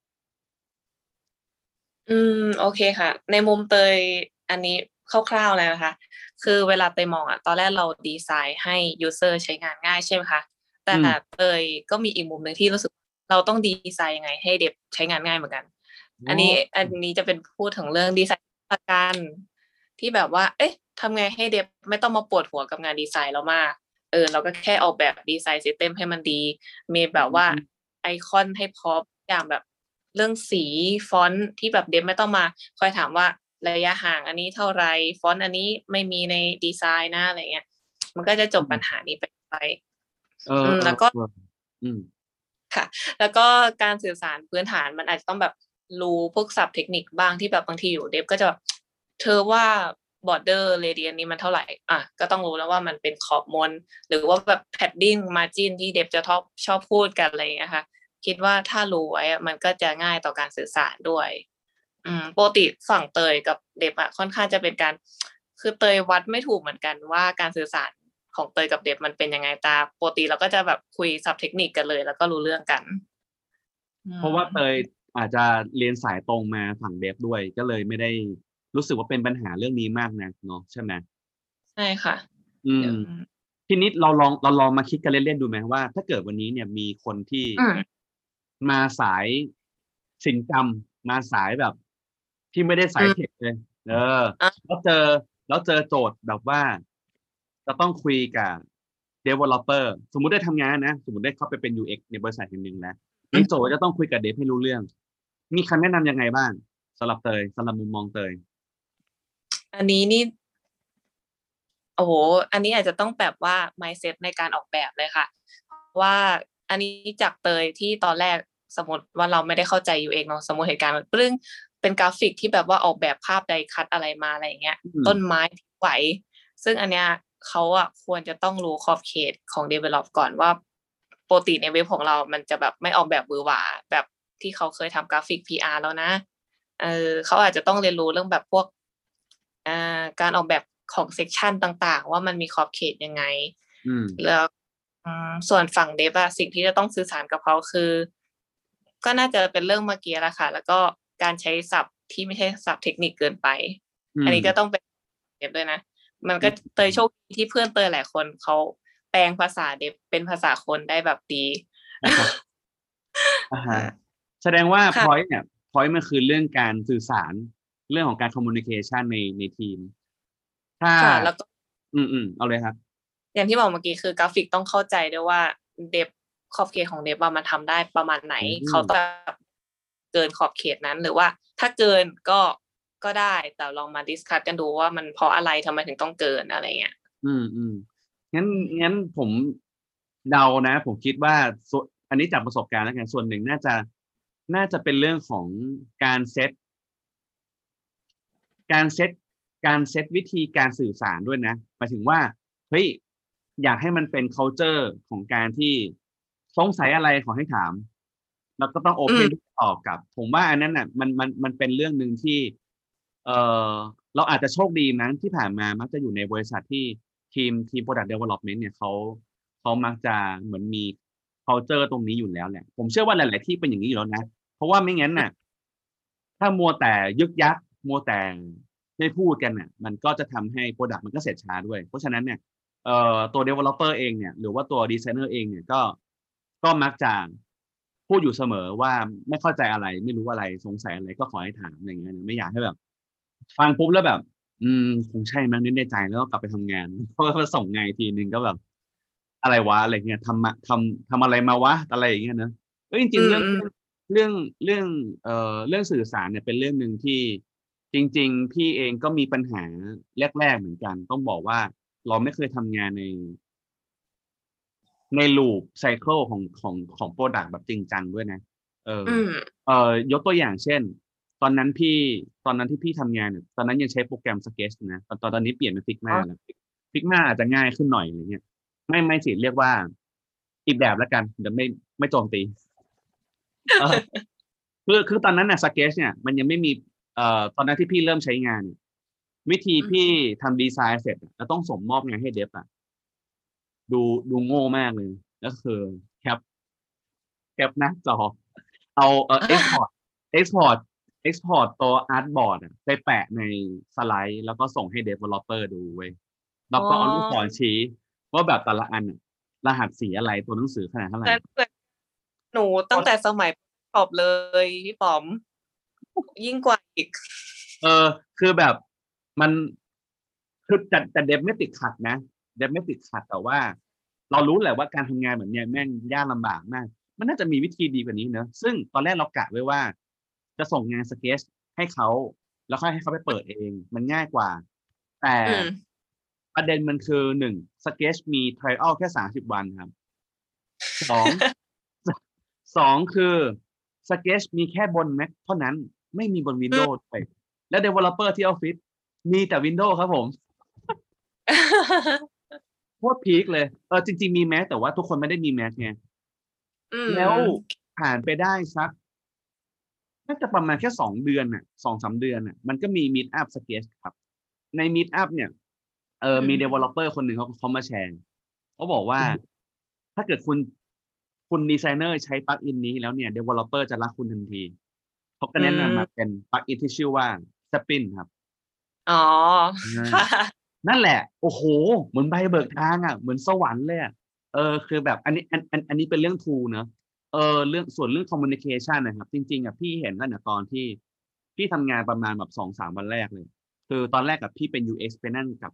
โอเคค่ะ ในมุมเตยอันนี้คร่าวๆเลยนะคะคือเวลาเตยมองตอนแรกเราดีไซน์ให้ user ใช้งานง่ายใช่ไหมคะแต่เตยก็มีอีกมุมหนึ่งที่รู้สึกเราต้องดีไซน์ยังไงให้เด็กใช้งานง่ายเหมือนกันอันนี้จะเป็นพูดถึงเรื่องดีไซน์ประกันที่แบบว่าทำไงให้เด็กไม่ต้องมาปวดหัวกับงานดีไซน์เรามากเราก็แค่ออกแบบดีไซน์ซิสเต็มให้มันดีมีแบบว่าไอคอนให้พร้อมอย่างแบบเรื่องสีฟอนต์ที่แบบเดฟไม่ต้องมาคอยถามว่าระยะห่างอันนี้เท่าไรฟอนต์อันนี้ไม่มีในดีไซน์นะอะไรเงี้ยมันก็จะจบปัญหานี้ไปแล้วก็ค่ะแล้วก็การสื่อสารพื้นฐานมันอาจจะต้องแบบรู้พวกศัพท์เทคนิคบ้างที่แบบบางทีอยู่เดฟก็จะแบบเธอว่าborder radius นี้มันเท่าไหร่ก็ต้องรู้แล้วว่ามันเป็นขอบมนหรือว่าแบบ padding margin ที่เดฟจะชอบพูดกันอะไรอย่างเงี้ยค่ะคิดว่าถ้ารู้ไว้มันก็จะง่ายต่อการสื่อสารด้วยปกติฝั่งเตยกับเดฟค่อนข้างจะเป็นการคือเตยวัดไม่ถูกเหมือนกันว่าการสื่อสารของเตยกับเดฟมันเป็นยังไงแต่ปกติเราก็จะแบบคุยศัพท์เทคนิคกันเลยแล้วก็รู้เรื่องกันเพราะว่าเตยอาจจะเรียนสายตรงมาฝั่งเดฟด้วยก็เลยไม่ได้รู้สึกว่าเป็นปัญหาเรื่องนี้มากนะเนาะใช่ไหมใช่ค่ะอืเดี๋ยวมทีนี้เราลองมาคิดกันเล่นๆดูไหมว่าถ้าเกิดวันนี้เนี่ยมีคนที่มาสายศิลปกรรมมาสายแบบที่ไม่ได้สายเทคเลยอ่ะแล้วเจอโจทย์แบบว่าจะต้องคุยกับ developer สมมุติได้ทำงานนะสมมุติได้เข้าไปเป็น UX ในบริษัทแห่งหนึ่งแล้วมีโจทย์ว่าจะต้องคุยกับเดฟให้รู้เรื่องมีคำแนะนำยังไงบ้างสำหรับเตยสำหรับมุมมองเตยอันนี้นี่โอ้โหอันนี้อาจจะต้องแบบว่า mindset ในการออกแบบเลยค่ะว่าอันนี้จากเตยที่ตอนแรกสมมติว่าเราไม่ได้เข้าใจ UX เนาะสมมติเหตุการณ์ปึ้งเป็นกราฟิกที่แบบว่าออกแบบภาพไดคัตอะไรมาอะไรอย่างเงี้ยต้นไม้ไหวซึ่งอันเนี้ยเขาอะควรจะต้องรู้ขอบเขตของ develop ก่อนว่าปกติในเว็บของเรามันจะแบบไม่ออกแบบหวือหวาแบบที่เขาเคยทำกราฟิก PR แล้วนะเขาอาจจะต้องเรียนรู้เรื่องแบบพวกการออกแบบของเซกชันต่างๆว่ามันมีขอบเขตยังไงแล้วส่วนฝั่งเดฟอะสิ่งที่จะต้องสื่อสารกับเขาคือก็น่าจะเป็นเรื่องเมื่อกี้แหละค่ะแล้วก็การใช้ศัพท์ที่ไม่ใช่ศัพท์เทคนิคเกินไปอันนี้ก็ต้องเป็นเดฟด้วยนะมันก็เตยโชคดีที่เพื่อนเตยหลายคนเขาแปลงภาษาเดฟเป็นภาษาคนได้แบบดีแสดงว่า point เนี่ย point มันคือเรื่องการสื่อสารเรื่องของการ communication ในทีมถ้าแล้วก็เอาเลยครับอย่างที่บอกเมื่อกี้คือกราฟิกต้องเข้าใจด้วยว่าเดฟขอบเขตของเดฟว่ามันทำได้ประมาณไหนเขาต้องเกินขอบเขตนั้นหรือว่าถ้าเกินก็ได้แต่ลองมาดิสคัสกันดูว่ามันเพราะอะไรทำไมถึงต้องเกินอะไรเงี้ยงั้นผมเดานะผมคิดว่าอันนี้จากประสบการณ์แล้วกันส่วนหนึ่งน่าจะเป็นเรื่องของการเซตวิธีการสื่อสารด้วยนะหมายถึงว่าเฮ้ยอยากให้มันเป็น culture ของการที่สงสัยอะไรขอให้ถามแล้วก็ต้องโอเพนตอบกับผมว่าอันนั้นน่ะมันเป็นเรื่องหนึ่งที่เออเราอาจจะโชคดีมั้งที่ผ่านมามักจะอยู่ในบริษัทที่ทีม product development เนี่ยเขามักจะเหมือนมี culture ตรงนี้อยู่แล้วแหละผมเชื่อว่าหลายๆที่เป็นอย่างนี้อยู่แล้วนะเพราะว่าไม่งั้นน่ะถ้ามัวแต่ยึกยักมัวแต่ไม่พูดกันน่ะมันก็จะทำให้ product มันก็เสร็จช้าด้วยเพราะฉะนั้นเนี่ยตัว developer เองเนี่ยหรือว่าตัว designer เองเนี่ยก็มักจะพูดอยู่เสมอว่าไม่เข้าใจอะไรไม่รู้อะไรสงสัยอะไรก็ขอให้ถามอะไรอย่างเงี้ยไม่อยากให้แบบฟังปุ๊บแล้วแบบคงใช่มั้งนึกในใจแล้วก็กลับไปทำงานเพราะว่าส่งงานทีนึงก็แบบอะไรวะอะไรเงี้ยทำอะไรมาวะอะไรอย่างเงี้ยนะจริงๆเรื่องสื่อสารเนี่ยเป็นเรื่องหนึ่งที่จริงๆพี่เองก็มีปัญหาแรกๆเหมือนกันต้องบอกว่าเราไม่เคยทำงานในลูปไซเคิลของโปรดักต์แบบจริงจังด้วยนะยกตัวอย่างเช่นตอนนั้นที่พี่ทำงานเนี่ยตอนนั้นยังใช้โปรแกรม Sketch นะตอนนี้เปลี่ยนเป็น Figma แล้ว Figma อาจจะง่ายขึ้นหน่อยอะไรเงี้ยไม่สิเรียกว่าอีกแบบแล้วกันเดี๋ยวไม่โจมตีคือตอนนั้นน่ะ Sketch เนี่ยมันยังไม่มีตอนนั้นที่พี่เริ่มใช้งานวิธีพี่ทำดีไซน์เสร็จแล้วต้องส่งมอบงานให้เดฟดูโง่มากเลยก็คือแคปหน้าจอเอาexport ตัวอาร์ตบอร์ดไปแปะในสไลด์แล้วก็ส่งให้ developer ดูเว้ยแล้วก็เอาลูกศรชี้ว่าแบบแต่ละอันรหัสสีอะไรตัวหนังสือขนาดเท่าไหร่หนูตั้งแต่สมัยสอบเลยพี่ป๋อมยิ่งกว่าอีกคือแบบมันคือแต่เดฟไม่ติดขัดนะเดฟไม่ติดขัดแต่ว่าเรารู้แหละว่าการทำงานแบบนี้แม่งยากลำบากมากมันน่าจะมีวิธีดีกว่านี้เนอะซึ่งตอนแรกเรากะไว้ว่าจะส่งงานสเก็ตให้เขาแล้วค่อยให้เขาไปเปิดเองมันง่ายกว่าแต่ประเด็นมันคือ1สเก็ตมี trial แค่30 วันครับ2คือสเก็ตมีแค่บน Mac เท่านั้นไม่มีบน Windows ด้วยและ developer ที่ออฟฟิศมีแต่ Windows ครับผมโคตรพีคเลยจริงๆมี Mac แต่ว่าทุกคนไม่ได้มี Mac ไงแล้วผ่านไปได้สักน่าจะประมาณแค่2 เดือนน่ะ 2-3 เดือนน่ะมันก็มี Meet Up Sketch ครับใน Meet Up เนี่ยมี developer คนหนึ่งเขามาแชร์เขาบอกว่าถ้าเกิดคุณดีไซเนอร์ใช้ปลั๊กอินนี้แล้วเนี่ย developer จะรักคุณทันทีเขาก็แนะนำมาเป็นปลั๊กอินที่ชื่อว่า Spin ครับอ๋ออ่าค่ะนั่นแหละ โอ้โห เหมือนใบเบิกทางอ่ะ เหมือนสวรรค์เลยอ่ะคือแบบอันนี้เป็นเรื่องทูเนอะเรื่องส่วนเรื่อง communication นะครับ จริงๆอ่ะพี่เห็นตั้งแต่ตอนที่พี่ทำงานประมาณแบบ2-3 วันแรกเลย คือตอนแรกกับพี่เป็น UX ไปนั่งกับ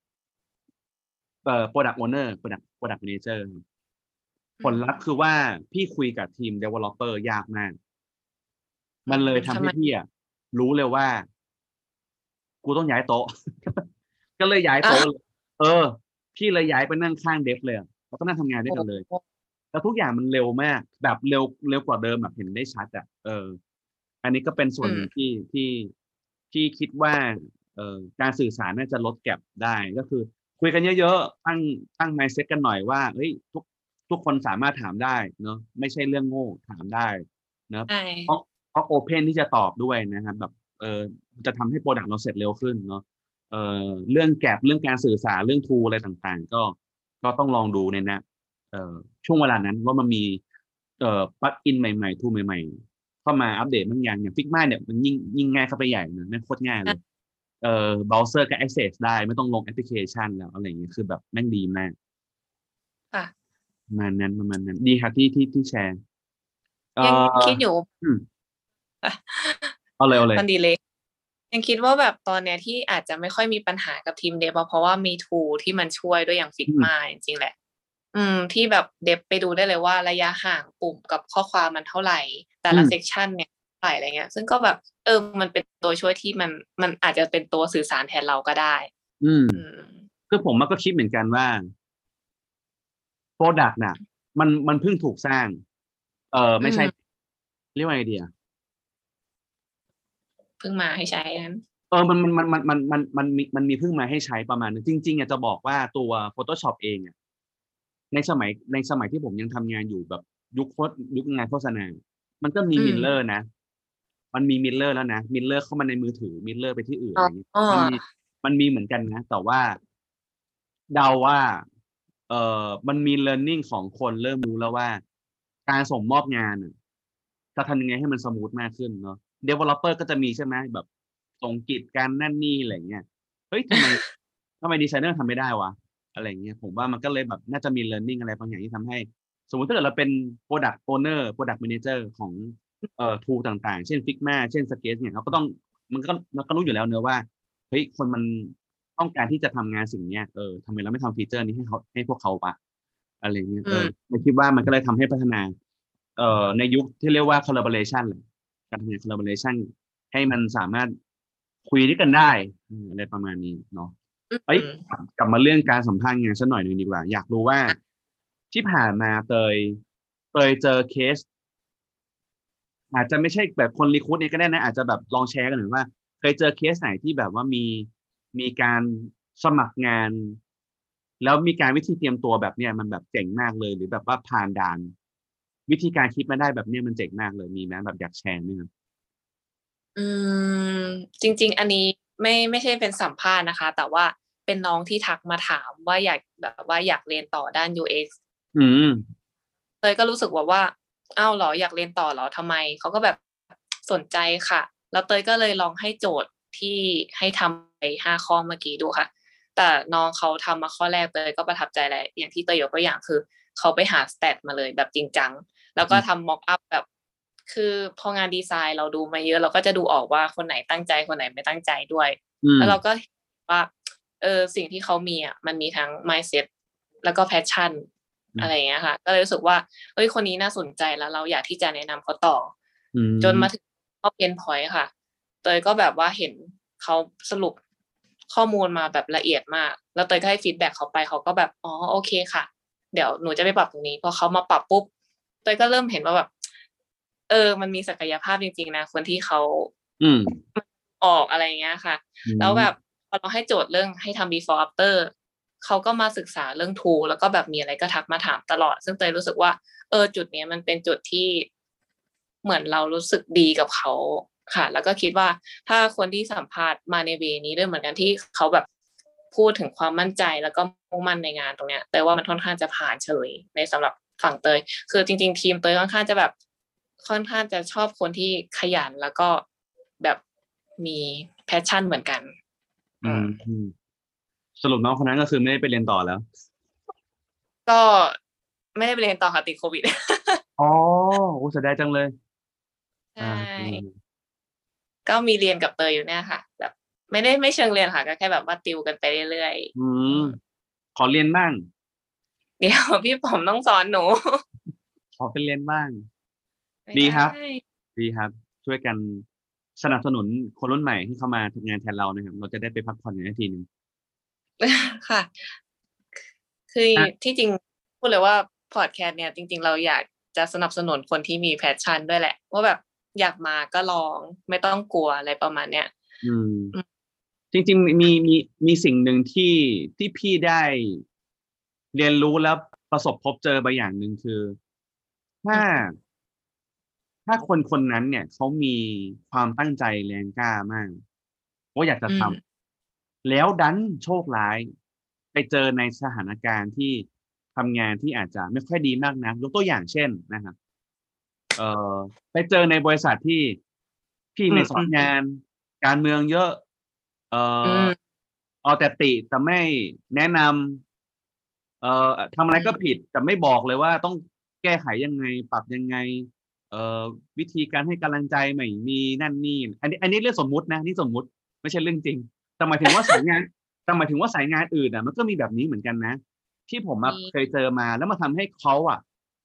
product owner product manager ผลลัพธ์คือว่าพี่คุยกับทีม developer ยากมาก มันเลยทำทำไมให้พี่อ่ะรู้เลยว่า กูต้องย้ายโต๊ะ ก็เลยย้ายโต๊ะเลยพี่เลยย้ายไปนั่งข้างเดฟเลยอะแล้วก็นั่งทำงานด้วยกันเลยโอ้แล้วทุกอย่างมันเร็วมาก แบบเร็วกว่าเดิมแบบเห็นได้ชัดอ่ะอันนี้ก็เป็นส่วนหนึ่งที่คิดว่าการสื่อสารน่าจะลดแก็ปได้ก็คือคุยกันเยอะๆตั้ง mindset กันหน่อยว่าเฮ้ยทุกคนสามารถถามได้เนอะไม่ใช่เรื่องโง่ถามได้เนอะใช่เพราะโอเพนที่จะตอบด้วยนะครับแบบจะทำให้โปรดักต์เราเสร็จเร็วขึ้นเนาะเรื่องแก็ปเรื่องการสื่อสารเรื่องทูอะไรต่างๆก็ต้องลองดูในนะช่วงเวลานั้นว่ามันมีปลั๊กอินใหม่ๆทูใหม่ๆเข้ามาอัปเดตบางอย่างอย่าง Figma เนี่ยมันยิ่งง่ายเข้าไปใหญ่นะนั่นโคตรง่ายเลยเบราว์เซอร์ก็ access ได้ไม่ต้องลงแอปพลิเคชันแล้วอะไรอย่างเงี้ยคือแบบแม่งดีมากค่ะประมาณนั้นดีครับที่แชร์ยังคิดอยู่อืมเอาเลยมันดีเลยยังคิดว่าแบบตอนเนี้ยที่อาจจะไม่ค่อยมีปัญหากับทีมเดฟเพราะว่ามีทูที่มันช่วยด้วยอย่าง Figma จริงๆแหละ ที่แบบเดฟไปดูได้เลยว่าระยะห่างปุ่มกับข้อความมันเท่าไหร่ แต่ละเซกชันเนี่ยเท่าไหร่อะไรเงี้ย ซึ่งก็แบบมันเป็นตัวช่วยที่มันอาจจะเป็นตัวสื่อสารแทนเราก็ได้คือผมก็คิดเหมือนกันว่าโปรดักต์น่ะมันเพิ่งถูกสร้าง ไม่ใช่เรียกว่าไงดีอ่ะเพิ่งมาให้ใช้นั้นมันมีเพิ่งมาให้ใช้ประมาณนึงจริงๆจะบอกว่าตัว Photoshop เองอ่ะในสมัยที่ผมยังทำงานอยู่แบบยุคงานโฆษณา มันก็มีมิลเลอร์นะ มันมีมิลเลอร์แล้วนะมิลเลอร์เข้ามาในมือถือมิลเลอร์ไปที่อื่นอะไรอย่างเงี้ยมันมีเหมือนกันนะ แต่ว่าเดาว่ามันมี learning ของคนเริ่มรู้แล้วว่า การส่งมอบงานจะทำยังไงให้มันสมูทมากขึ้นเนาะ developer ก็จะมีใช่ไหมแบบส่งกิจการนั่นนี่อะไรเงี้ยเฮ้ยทำไมดีไซเนอร์ทำไม่ได้วะอะไรเงี้ยผมว่ามันก็เลยแบบน่าจะมี learning อะไรบางอย่างที่ทำให้ สมมติถ้าเกิดเราเป็น product owner product manager ของtool ต่างๆ เช่น Figma เช่น Sketch เนี่ยเราก็ต้องมันก็รู้อยู่แล้วเนอะว่าเฮ้ยคนมันต้องการที่จะทำงานสิ่งเนี้ยทำไมเราไม่ทำฟีเจอร์นี้ให้พวกเขาปะอะไรเงี้ยผมคิดว่ามันก็เลยทำให้พัฒนาในยุคที่เรียกว่า collaboration เลยการทำงาน collaboration ให้มันสามารถคุยด้วยกันได้อะไรประมาณนี้เนาะกลับมาเรื่องการสัมภาษณ์งานสักหน่อยหนึ่งดีกว่าอยากรู้ว่าที่ผ่านมาเตยเจอเคสอาจจะไม่ใช่แบบคนรีครูทเนี่ยก็ได้นะอาจจะแบบลองแชร์กันหน่อยว่าเคยเจอเคสไหนที่แบบว่ามีการสมัครงานแล้วมีการวิธีเตรียมตัวแบบเนี้ยมันแบบเจ๋งมากเลยหรือแบบว่าผ่านด่านวิธีการคิดมาได้แบบเนี้ยมันเจ๋งมากเลยมีไหมแบบอยากแชร์ไหมครับจริงๆอันนี้ไม่ใช่เป็นสัมภาษณ์นะคะ แต่ว่าเป็นน้องที่ทักมาถามว่าอยากแบบว่าอยากเรียนต่อด้าน UX เตยก็รู้สึกว่าอ้าวเหรออยากเรียนต่อเหรอทำไมเขาก็แบบสนใจค่ะแล้วเตยก็เลยลองให้โจทย์ที่ให้ทำไป5 ข้อเมื่อกี้ดูค่ะ แต่น้องเขาทำมาข้อแรกเตยก็ประทับใจแหละอย่างที่เตยยกตัวอย่างคือเขาไปหาสแตทมาเลยแบบจริงจังแล้วก็ทำม็อกอัพแบบคือพองานดีไซน์เราดูมาเยอะเราก็จะดูออกว่าคนไหนตั้งใจคนไหนไม่ตั้งใจด้วยแล้วเราก็ว่าสิ่งที่เขามีมันมีทั้ง mindset แล้วก็ passion อะไรอย่างเงี้ยค่ะก็เลยรู้สึกว่าเอ้ยคนนี้น่าสนใจแล้วเราอยากที่จะแนะนำเขาต่อจนมาถึงข้อเพนพอยต์ค่ะเตยก็แบบว่าเห็นเขาสรุปข้อมูลมาแบบละเอียดมากแล้วเตยก็ให้ฟีดแบ็กเขาไปเขาก็แบบอ๋อโอเคค่ะเดี๋ยวหนูจะไปปรับตรงนี้พอเขามาปรับปุ๊บเตยก็เริ่มเห็นว่าแบบมันมีศักยภาพจริงๆนะคนที่เขาออกอะไรเงี้ยค่ะแล้วแบบพอเราให้โจทย์เรื่องให้ทำ before after เขาก็มาศึกษาเรื่อง tool แล้วก็แบบมีอะไรก็ทักมาถามตลอดซึ่งเตยรู้สึกว่าจุดนี้มันเป็นจุดที่เหมือนเรารู้สึกดีกับเขาค่ะแล้วก็คิดว่าถ้าคนที่สัมภาษณ์มาในเวนี้ด้วยเหมือนกันที่เขาแบบพูดถึงความมั่นใจแล้วก็มุ่งมั่นในงานตรงเนี้ยเตยว่ามันค่อนข้างจะผ่านเฉยในสำหรับฝั่งเตยคือจริงๆทีมเตยค่อนข้างจะแบบค่อนข้างจะชอบคนที่ขยันแล้วก็แบบมีแพชชั่นเหมือนกันอือืมมสรุปน้องคนนั้นก็คือไม่ได้ไปเรียนต่อแล้วก็ไม่ได้ไปเรียนต่อค่ะติดโควิดอ๋อโอ้เสียดายจังเลยใชอ่าอื่มก็มีเรียนกับเตยอยู่เนี่ยค่ะแบบไม่เชิงเรียนค่ะก็แค่แบบว่าติวกันไปเรื่อยอืๆมขอเรียนบ้างเดี๋ยวพี่ป๋อมต้องสอนหนูขอไปเรียนบ้างไม่ดีได้ครับ ดีครับ ช่วยกันสนับสนุนคนรุ่นใหม่ที่เข้ามาทำงานแทนเรานะครับ เราจะได้ไปพักผ่อนกันสักทีหนึ่งค่ะ คืออ่ะที่จริงพูดเลยว่าพอดแคสต์เนี่ยจริงๆเราอยากจะสนับสนุนคนที่มีแพชชั่นด้วยแหละว่าแบบอยากมาก็ลองไม่ต้องกลัวอะไรประมาณเนี้ยอืมอืมจริงๆมีสิ่งหนึ่งที่พี่ได้เรียนรู้แล้วประสบพบเจอบางอย่างหนึ่งคือถ้าถ้าคนคนนั้นเนี่ยเขามีความตั้งใจแรงกล้ามากว่าอยากจะทอืมำแล้วดันโชคร้ายไปเจอในสถานการณ์ที่ทำงานที่อาจจะไม่ค่อยดีมากนักยกตัวอย่างเช่นนะครับเอ่อไปเจอในบริษัทที่พี่ไม่สอนงานการเมืองเยอะเอ่ออืมเอาแต่ติแต่ไม่แนะนำทำอะไรอืมก็ผิดแต่ไม่บอกเลยว่าต้องแก้ไขยังไงปรับยังไง เอ่อวิธีการให้กำลังใจไม่มีนั่นนี่อันนี้เรื่องสมมุตินะนี่สมมุติไม่ใช่เรื่องจริงแต่หมายถึงว่าสายงานแต่หมายถึงว่าสายงานอื่นอ่ะมันก็มีแบบนี้เหมือนกันนะที่ผมมีเคยเจอมาแล้วมาทำให้เขาอ่ะ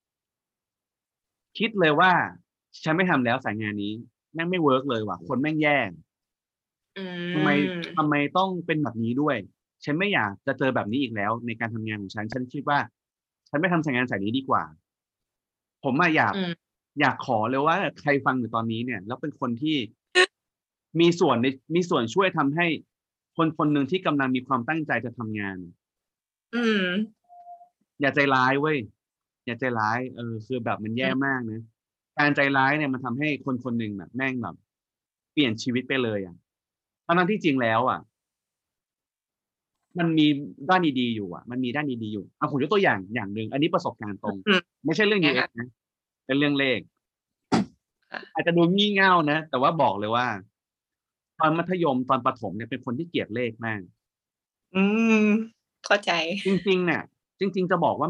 คิดเลยว่าฉันไม่ทำแล้วสายงานนี้แม่งไม่เวิร์กเลยว่ะคนแม่งแย่อืทำไมทำมไมต้องเป็นแบบนี้ด้วยฉันไม่อยากจะเจอแบบนี้อีกแล้วในการทำงานของฉันคิดว่าฉันไม่ทำสายงานสายนี้ดีกว่า ผมอะอยากอืมอยากขอเลยว่าใครฟังอยู่ตอนนี้เนี่ยแล้วเป็นคนที่มีส่วนในมีส่วนช่วยทำให้คนคนหนึ่งที่กำลังมีความตั้งใจจะทำงานอืมอย่าใจร้ายเว้ยอย่าใจร้ายคือแบบมันอืแย่มมากนะการใจร้ายเนี่ยมันทำให้คนคนหนึ่งแบบแม่งแบบเปลี่ยนชีวิตไปเลยอะทั้งที่จริงแล้วอะมันมีด้านดีๆอยู่อะมันมีด้านดีๆอยู่ผมยกตัวอย่างหนึ่งอันนี้ประสบการณ์ตรงอืมไม่ใช่เรื่องไงคะ UX นะเป็นเรื่องเลข อาค่ะจจะดูงี่เง่านะแต่ว่าบอกเลยว่าตอนมัธยมตอนประถมเนี่ยเป็นคนที่เกลียดเลขมากอืมเข้าใจจริงๆเนี่ยจริงๆจะบอกว่า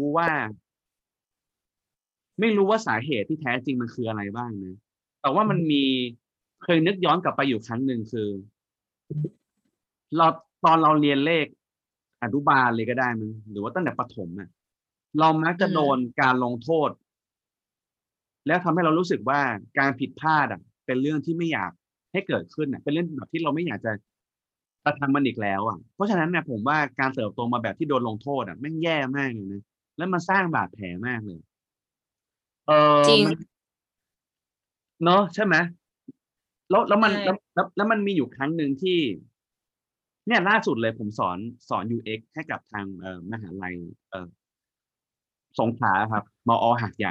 ไม่รู้ว่าสาเหตุที่แท้จริงมันคืออะไรบ้างนะแต่ว่ามันมีเคยนึกย้อนกลับไปอยู่ครั้งหนึ่งคือเราตอนเราเรียนเลขอนุบาลเลยก็ได้มั้งหรือว่าตั้งแต่ประถมอะเรามักอืจะโดนมการลงโทษแล้วทำให้เรารู้สึกว่าการผิดพลาดอะเป็นเรื่องที่ไม่อยากให้เกิดขึ้นอะเป็นเรื่องแบบที่เราไม่อยากจะทำมันอีกแล้วอะเพราะฉะนั้นเนี่ยผมว่าการเติบโตมาแบบที่โดนลงโทษอะแม่งแย่มากเลยนะแล้วมันสร้างบาดแผลมากเลยเอจริงมันเนาะใช่ไหมแล้วมันแล้วใช่แล้วแล้วมันมีอยู่ครั้งหนึ่งที่เนี่ยล่าสุดเลยผมสอน UX ให้กับทางมหาลัยเอ่อสงขลาครับมอหาดใหญ่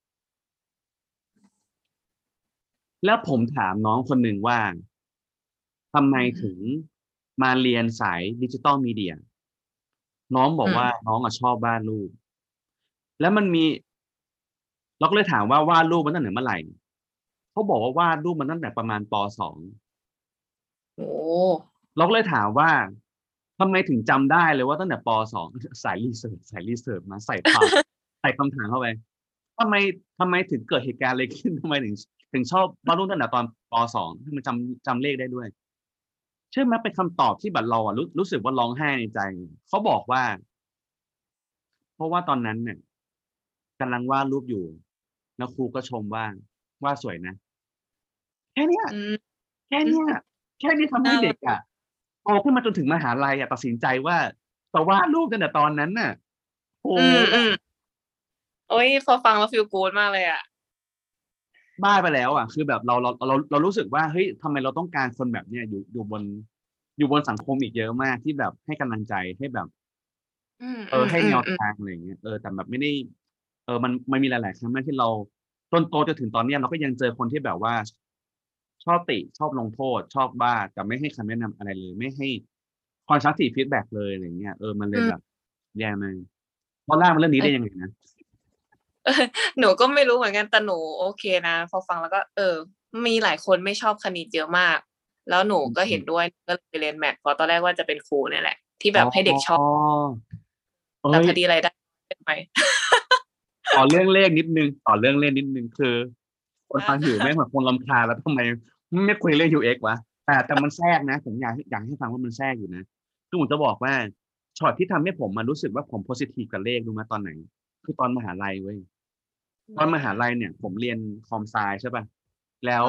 แล้วผมถามน้องคนหนึ่งว่าทำไมอืถึงมมาเรียนสายดิจิทัลมีเดียน้องบอกว่าอืมน้องอะชอบวาดรูปแล้วมันมีเราก็เลยถามว่าวาดรูปมาตั้งแต่เมื่อไหร่เขาบอกว่าวาดรูปมาตั้งแต่ประมาณปสองโอ้เราก็เลยถามว่าทำไมถึงจำได้เลยว่าตั้งแต่ป.2สายรีเสิร์ชมาใส่คำถามเข้าไปทำไมทำไมถึงเกิดเหตุการณ์อะไรขึ้นทำไมถึงชอบวาดรูปตั้งแต่ตอนป.2ทำไมจำเลขได้ด้วยเชื่อไหมเป็นคำตอบที่แบบเราอะรู้สึกว่าร้องไห้ในใจเขาบอกว่าเพราะว่าตอนนั้นเนี่ยกำลังวาดรูปอยู่แล้วครูก็ชมว่าสวยนะแค่เนี้ยอืมแค่เนี้ยแค่นี้ทำให้น่ารักเด็กอะ โตขึ้นมาจนถึงมหาลัยอะตัดสินใจว่าจะวาดรูปตั้งแต่ตอนนั้นน่ะโอ้อืโฮมอืมโอ๊ยพอฟังแล้วฟีลกู๊ดมากเลยอะบ้าไปแล้วอะคือแบบเรารู้สึกว่าเฮ้ยทำไมเราต้องการคนแบบเนี้ยอยู่บนสังคมอีกเยอะมากที่แบบให้กำลังใจให้แบบอืมอืมให้แนวอืมอืมทางอะไรอย่างเงี้ยแต่แบบไม่ได้มันมีหลายๆครั้งมากที่เราจนโตจนถึงตอนเนี้ยเราก็ยังเจอคนที่แบบว่าชอบติชอบลงโทษชอบว่าแต่ไม่ให้คำแนะนำอะไรเลยไม่ให้ constructive feedback เลยอะไรอย่างเงี้ยมันเลยแบบอืมแย่มากเราลากมาเรื่องนี้เออได้ยังไงนะหนูก็ไม่รู้เหมือนกันแต่หนูโอเคนะพอฟังแล้วก็มีหลายคนไม่ชอบคณิตเยอะมากแล้วหนูก็เห็นด้วยก็เลยเรียนแมทเพราะตอนแรกว่าจะเป็นครูเนี่ยแหละที่แบบให้เด็กชอบแต่พอดีรายได้เป็นไปต่อเรื่องเลขนิดนึงคือคนฟังอยู่แม่งเหมือนคนรำคาญแล้วทำไมไม่คุยเรื่อง UX วะแต่มันแทรกนะผมอยากให้ฟังว่ามันแทรกอยู่นะคือผมจะบอกว่าช็อตที่ทำให้ผมมารู้สึกว่าผมโพสิทีฟกับเลขรู้ไหมตอนไหนคือตอนมหาลัยเว้ยตอนมหาลัยเนี่ยผมเรียนคอมไซใช่ป่ะแล้ว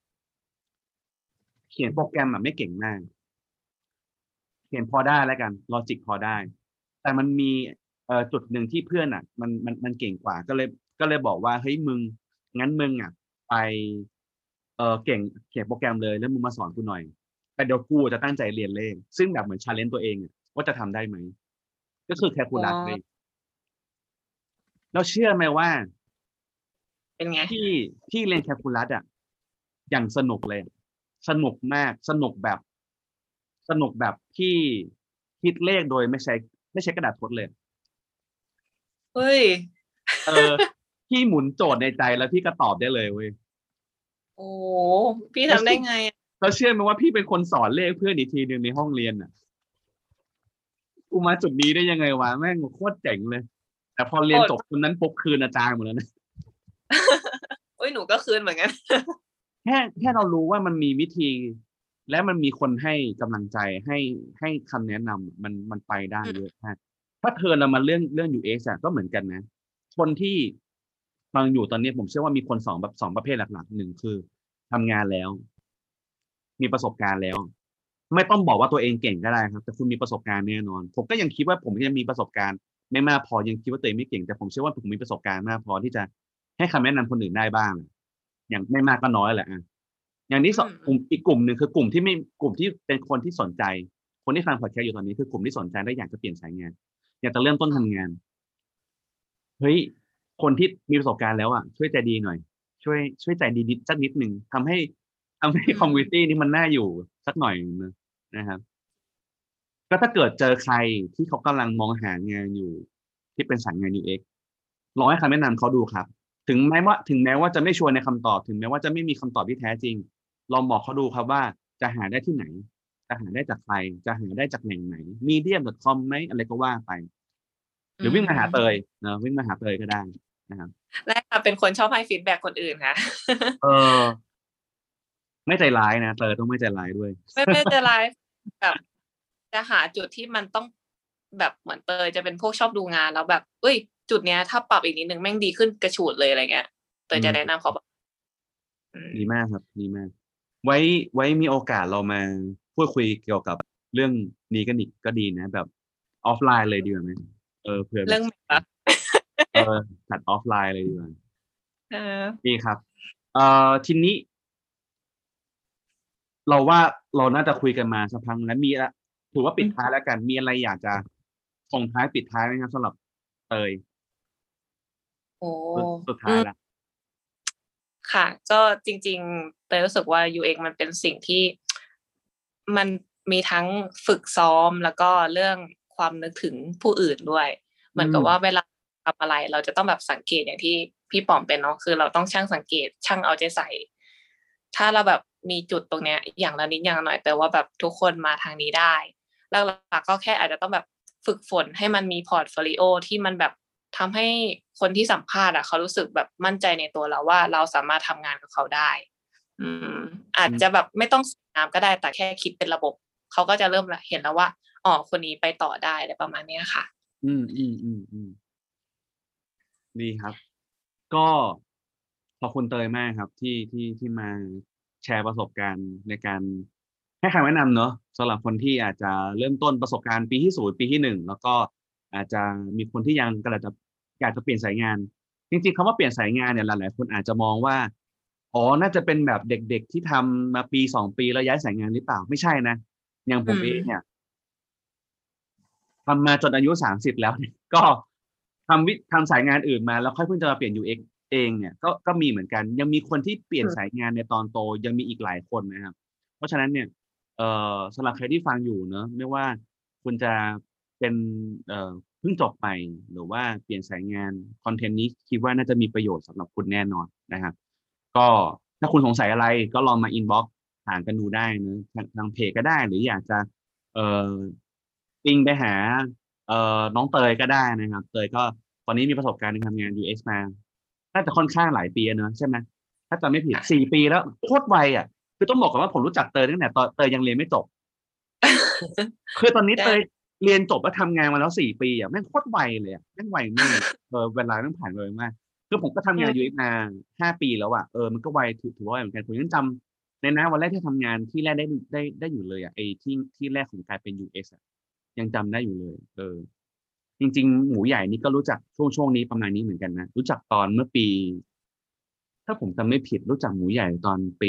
เขียนโปรแกรมไม่เก่งมากเขียนพอได้แล้วกันลอจิกพอได้แต่มันมีจุดหนึ่งที่เพื่อนมันเก่งกว่าก็เลยบอกว่าเฮ้ยงั้นมึงไปเก่งเขียนโปรแกรมเลยแล้วมึงมาสอนกูหน่อยแต่เดี๋ยวกูจะตั้งใจเรียนเลขซึ่งแบบเหมือนชาเลนจ์ตัวเองว่าจะทำได้ไหมก็คือแคลคูลัสเลยแล้วเชื่อไหมว่าเป็นไงที่เรียนแคลคูลัสอย่างสนุกเลยสนุกมากสนุกแบบที่คิดเลขโดยไม่ใช้กระดาษทดเลยเฮ้ยพี่หมุนโจทย์ในใจแล้วพี่ก็ตอบได้เลยเว้ยโอ้พี่ทำได้ไงเราเชื่อไหมว่าพี่เป็นคนสอนเลขเพื่อนอีกทีนึงในห้องเรียนกูมาจุดนี้ได้ยังไงวะแม่งโคตรเจ๋งเลยแต่พอเรียนจบคนนั้นปุ๊บคืนอาจารย์หมดแล้วนะโอ้ยหนูก็คืนเหมือนกันแค่เรารู้ว่ามันมีวิธีและมันมีคนให้กำลังใจให้คำแนะนำมันไปได้เยอะมากถ้าเธอเรามาเรื่อง UX ก็เหมือนกันนะคนที่ฟังอยู่ตอนนี้ผมเชื่อว่ามีคนสองประเภทหลักๆหนึ่งคือทำงานแล้วมีประสบการณ์แล้วไม่ต้องบอกว่าตัวเองเก่งก็ได้ครับแต่คุณมีประสบการณ์แน่นอนผมก็ยังคิดว่าผมยังมีประสบการณ์ไม่มากพอยังคิดว่าตัวเองไม่เก่งแต่ผมเชื่อว่าผมมีประสบการณ์มากพอที่จะให้คำแนะนำคนอื่นได้บ้างอย่างไม่มากก็น้อยแหละอย่างที่สองอีกกลุ่มหนึ่งคือกลุ่มที่เป็นคนที่สนใจคนที่ฟังพอดแคสต์อยู่ตอนนี้คือกลุ่มที่สนใจและอยากจะเปลี่ยนสายงานอยากจะเริ่มต้นทำงานเฮ้ยคนที่มีประสบการณ์แล้วช่วยใจดีหน่อยช่วยใจดีนิดสักนิดหนึ่งทำให้คอมมูนิตี้นี้มันน่าอยู่สักหน่อยนะครับก็ถ้าเกิดเจอใครที่เขากำลังมองหางานอยู่ที่เป็นสายงาน UX ลองให้คำแนะนำเขาดูครับถึงแม้ว่าจะไม่ชัวร์ในคำตอบถึงแม้ว่าจะไม่มีคำตอบที่แท้จริงลองบอกเขาดูครับว่าจะหาได้ที่ไหนจะหาได้จากใครจะหาได้จากแหล่งไหน medium.com ไหมอะไรก็ว่าไปหรือวิ่งมาหาเตยนะวิ่งมาหาเตยก็ได้นะครับแรกเป็นคนชอบให้ฟีดแบ็กคนอื่นค่ะไม่ใจร้ายนะเตยต้องไม่ใจร้ายด้วยไม่ใจร้ายแบบจะหาจุดที่มันต้องแบบเหมือนเตยจะเป็นพวกชอบดูงานแล้วแบบเอ้ยจุดเนี้ยถ้าปรับอีกนิดนึงแม่งดีขึ้นกระฉูดเลยอะไรเงี้ยเตยจะแนะนำเขาแบบดีมากครับดีมากไว้มีโอกาสเรามาพูดคุยเกี่ยวกับเรื่องนี้กันอีกก็ดีนะแบบออฟไลน์เลยดีกว่าไหมเผื่อเรื่องจัดออฟไลน์เลยดีกว่าดีครับทีนี้เราว่าเราน่าจะคุยกันมาสักพักแล้วมีละถือว่าปิดท้ายแล้วกันมีอะไรอยากจะส่งท้ายปิดท้ายไหมครับสำหรับเตยสุดท้ายละค่ะก็จริงๆเตยรู้สึกว่า UX มันเป็นสิ่งที่มันมีทั้งฝึกซ้อมแล้วก็เรื่องความนึกถึงผู้อื่นด้วยเหมือนกับว่าเวลาทำอะไรเราจะต้องแบบสังเกตอย่างที่พี่ป๋อมเป็นเนาะคือเราต้องช่างสังเกตช่างเอาใจใส่ถ้าเราแบบมีจุดตรงเนี้ยอย่างละนิดอย่างละหน่อยแต่ว่าแบบทุกคนมาทางนี้ได้หลักๆก็แค่อาจจะต้องแบบฝึกฝนให้มันมีพอร์ตโฟลิโอที่มันแบบทำให้คนที่สัมภาษณ์เขารู้สึกแบบมั่นใจในตัวเราว่าเราสามารถทำงานกับเขาได้อาจจะแบบไม่ต้องสวยงามก็ได้แต่แค่คิดเป็นระบบเขาก็จะเริ่มเห็นแล้วว่าอ๋อคนนี้ไปต่อได้อะไรประมาณนี้ค่ะดีครับก็ขอบคุณเตยมากครับที่มาแชร์ประสบการณ์ในการให้คำแนะนำเนอะสำหรับคนที่อาจจะเริ่มต้นประสบการณ์ปีที่0ปีที่1แล้วก็อาจจะมีคนที่ยังกำลังจะอยากจะเปลี่ยนสายงานจริงๆคำว่าเปลี่ยนสายงานเนี่ยหลายๆคนอาจจะมองว่าน่าจะเป็นแบบเด็กๆที่ทำมาปี2ปีแล้วย้ายสายงานหรือเปล่าไม่ใช่นะอย่างผมเองเนี่ยทำมาจนอายุ30แล้วเนี่ยก็ทำสายงานอื่นมาแล้วค่อยเพิ่งจะมาเปลี่ยน UX เองเนี่ยก็มีเหมือนกันยังมีคนที่เปลี่ยนสายงานในตอนโตยังมีอีกหลายคนนะครับเพราะฉะนั้นเนี่ยสำหรับใครที่ฟังอยู่เนอะไม่ว่าคุณจะเป็นเพิ่งจบใหม่หรือว่าเปลี่ยนสายงานคอนเทนต์นี้คิดว่าน่าจะมีประโยชน์สำหรับคุณแน่นอนนะครับก็ถ้าคุณสงสัยอะไรก็ลองมาอินบ็อกซ์ถามกันดูได้นะทางเพจก็ได้หรืออยากจะเอ่อปิ้งไปหาน้องเตยก็ได้นะครับเตยก็ตอนนี้มีประสบการณ์ในทำงาน UX มาน่าจะค่อนข้างหลายปีแล้วเนอะใช่ไหมถ้าจำไม่ผิด4 ปีแล้วโคตรไวอ่ะคือต้องบอกก่อนว่าผมรู้จักเตยตั้งแต่ตอนเตยยังเรียนไม่จบ คือตอนนี้เตยเรียนจบแล้วทำงานมาแล้ว4 ปีอ่ะแม่งโคตรไวเลยอ่ะแม่งไวมากเวลาแม่งผ่านไปไวมากคือผมก็ทำงาน UX มา5 ปีแล้วอ่ะมันก็ไวถือว่าไวเหมือนกันผมยังจำในนะวันแรกที่ทำงานที่แรกได้อยู่เลยอ่ะไอ้ที่แรกของการเป็น UX อ่ะยังจำได้อยู่เลยจริงๆหมูใหญ่นี่ก็รู้จักช่วงนี้ประมาณนี้เหมือนกันนะรู้จักตอนเมื่อปี ถ้าผมจำไม่ผิดรู้จักหมูใหญ่ตอนปี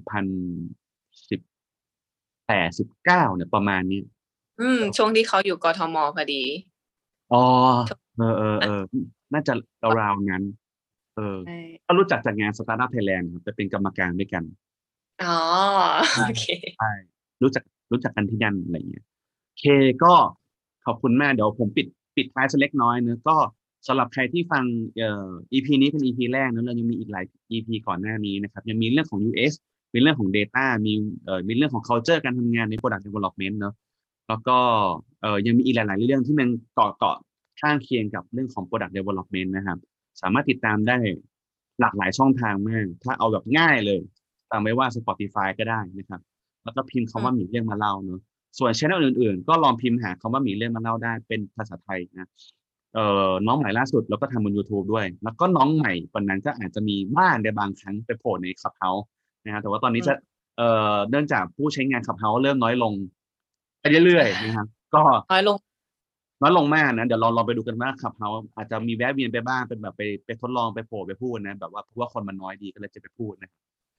2018-19เนี่ยประมาณนี้ช่วงที่เขาอยู่กทมพอดีอ๋อน่าจะราวๆนั้นก็รู้จักจากงาน Startup Thailand ครับจะเป็นกรรมการด้วยกันอ๋อโอเคใช่รู้จักกันที่นั่นอะไรเงี้ยเคก็ขอบคุณมากเดี๋ยวผมปิดท้ายสักเล็กน้อยเนอะก็สำหรับใครที่ฟังEP นี้เป็น EP แรกเนอะเรายังมีอีกหลาย EP ก่อนหน้านี้นะครับยังมีเรื่องของ UX มีเรื่องของ Data มีเรื่องของ culture การทำงานใน Product Development เนอะแล้วก็ยังมีอีกหลายๆเรื่องที่มันเกาะข้างเคียงกับเรื่องของ Product Development นะครับสามารถติดตามได้หลากหลายช่องทางมากถ้าเอาแบบง่ายเลยตามไว้ว่า Spotify ก็ได้นะครับแล้วก็พิมพ์คำว่าหมีเรื่องมาเล่าเนอะส่วน channel อื่นๆก็ลองพิมพ์หาคำว่าหมีเรื่องมาเล่าได้เป็นภาษาไทยนะน้องใหม่ล่าสุดแล้วก็ทำบน YouTube ด้วยแล้วก็น้องใหม่คนนั้นก็อาจจะมีบ้างในบางครั้งไปโผล่ใน Clubhouse นะครับแต่ว่าตอนนี้จะเนื่องจากผู้ใช้งาน Clubhouse เริ่มน้อยลงไปเรื่อยๆนะครับก็น้อยลงมากนะเดี๋ยวลองไปดูกันว่า Clubhouse อาจจะมีแวะเวียนไปบ้างเป็นแบบไปทดลองไปโผล่ไปพูดนะแบบว่าเพราะว่าคนมันน้อยดีก็เลยจะไปพูดนะ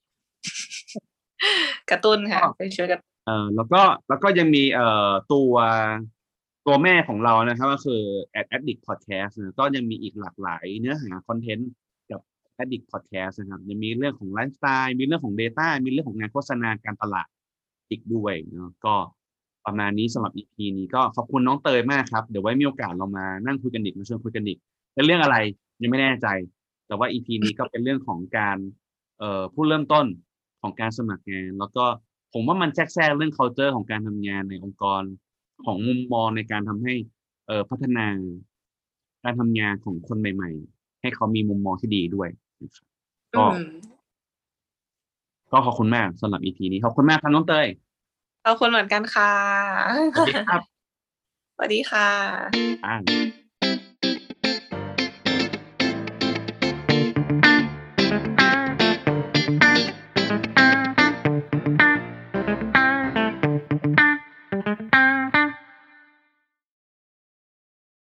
กระตุ้นค่ะไปช่วยกันแล้วก็ยังมีตัวแม่ของเรานะครับก็คือ Addict Podcast นะก็ยังมีอีกหลากหลายเนื้อหาคอนเทนต์กับ Addict Podcast นะครับยังมีเรื่องของไลฟ์สไตล์มีเรื่องของ Data มีเรื่องของงานโฆษณาการตลาดอีกด้วยเนาะก็ประมาณนี้สำหรับ EP นี้ก็ขอบคุณน้องเตยมากครับเดี๋ยวไว้มีโอกาสเรามานั่งคุยกันอีกมาชวนคุยกันอีกเป็นเรื่องอะไรยังไม่แน่ใจแต่ว่า EP นี้ก็เป็นเรื่องของการผู้เริ่มต้นของการสมัครงานแล้วก็ผมว่ามันแทรกเรื่อง culture ของการทำงานในองค์กรของมุมมองในการทำให้พัฒนาการทำงานของคนใหม่ๆให้เขามีมุมมองที่ดีด้วยนะครับก็ขอบคุณมากสำหรับ EP นี้ขอบคุณมากครับน้องเตยขอบคุณเหมือนกันค่ะสวัสดีครับสวัสดีค่ะ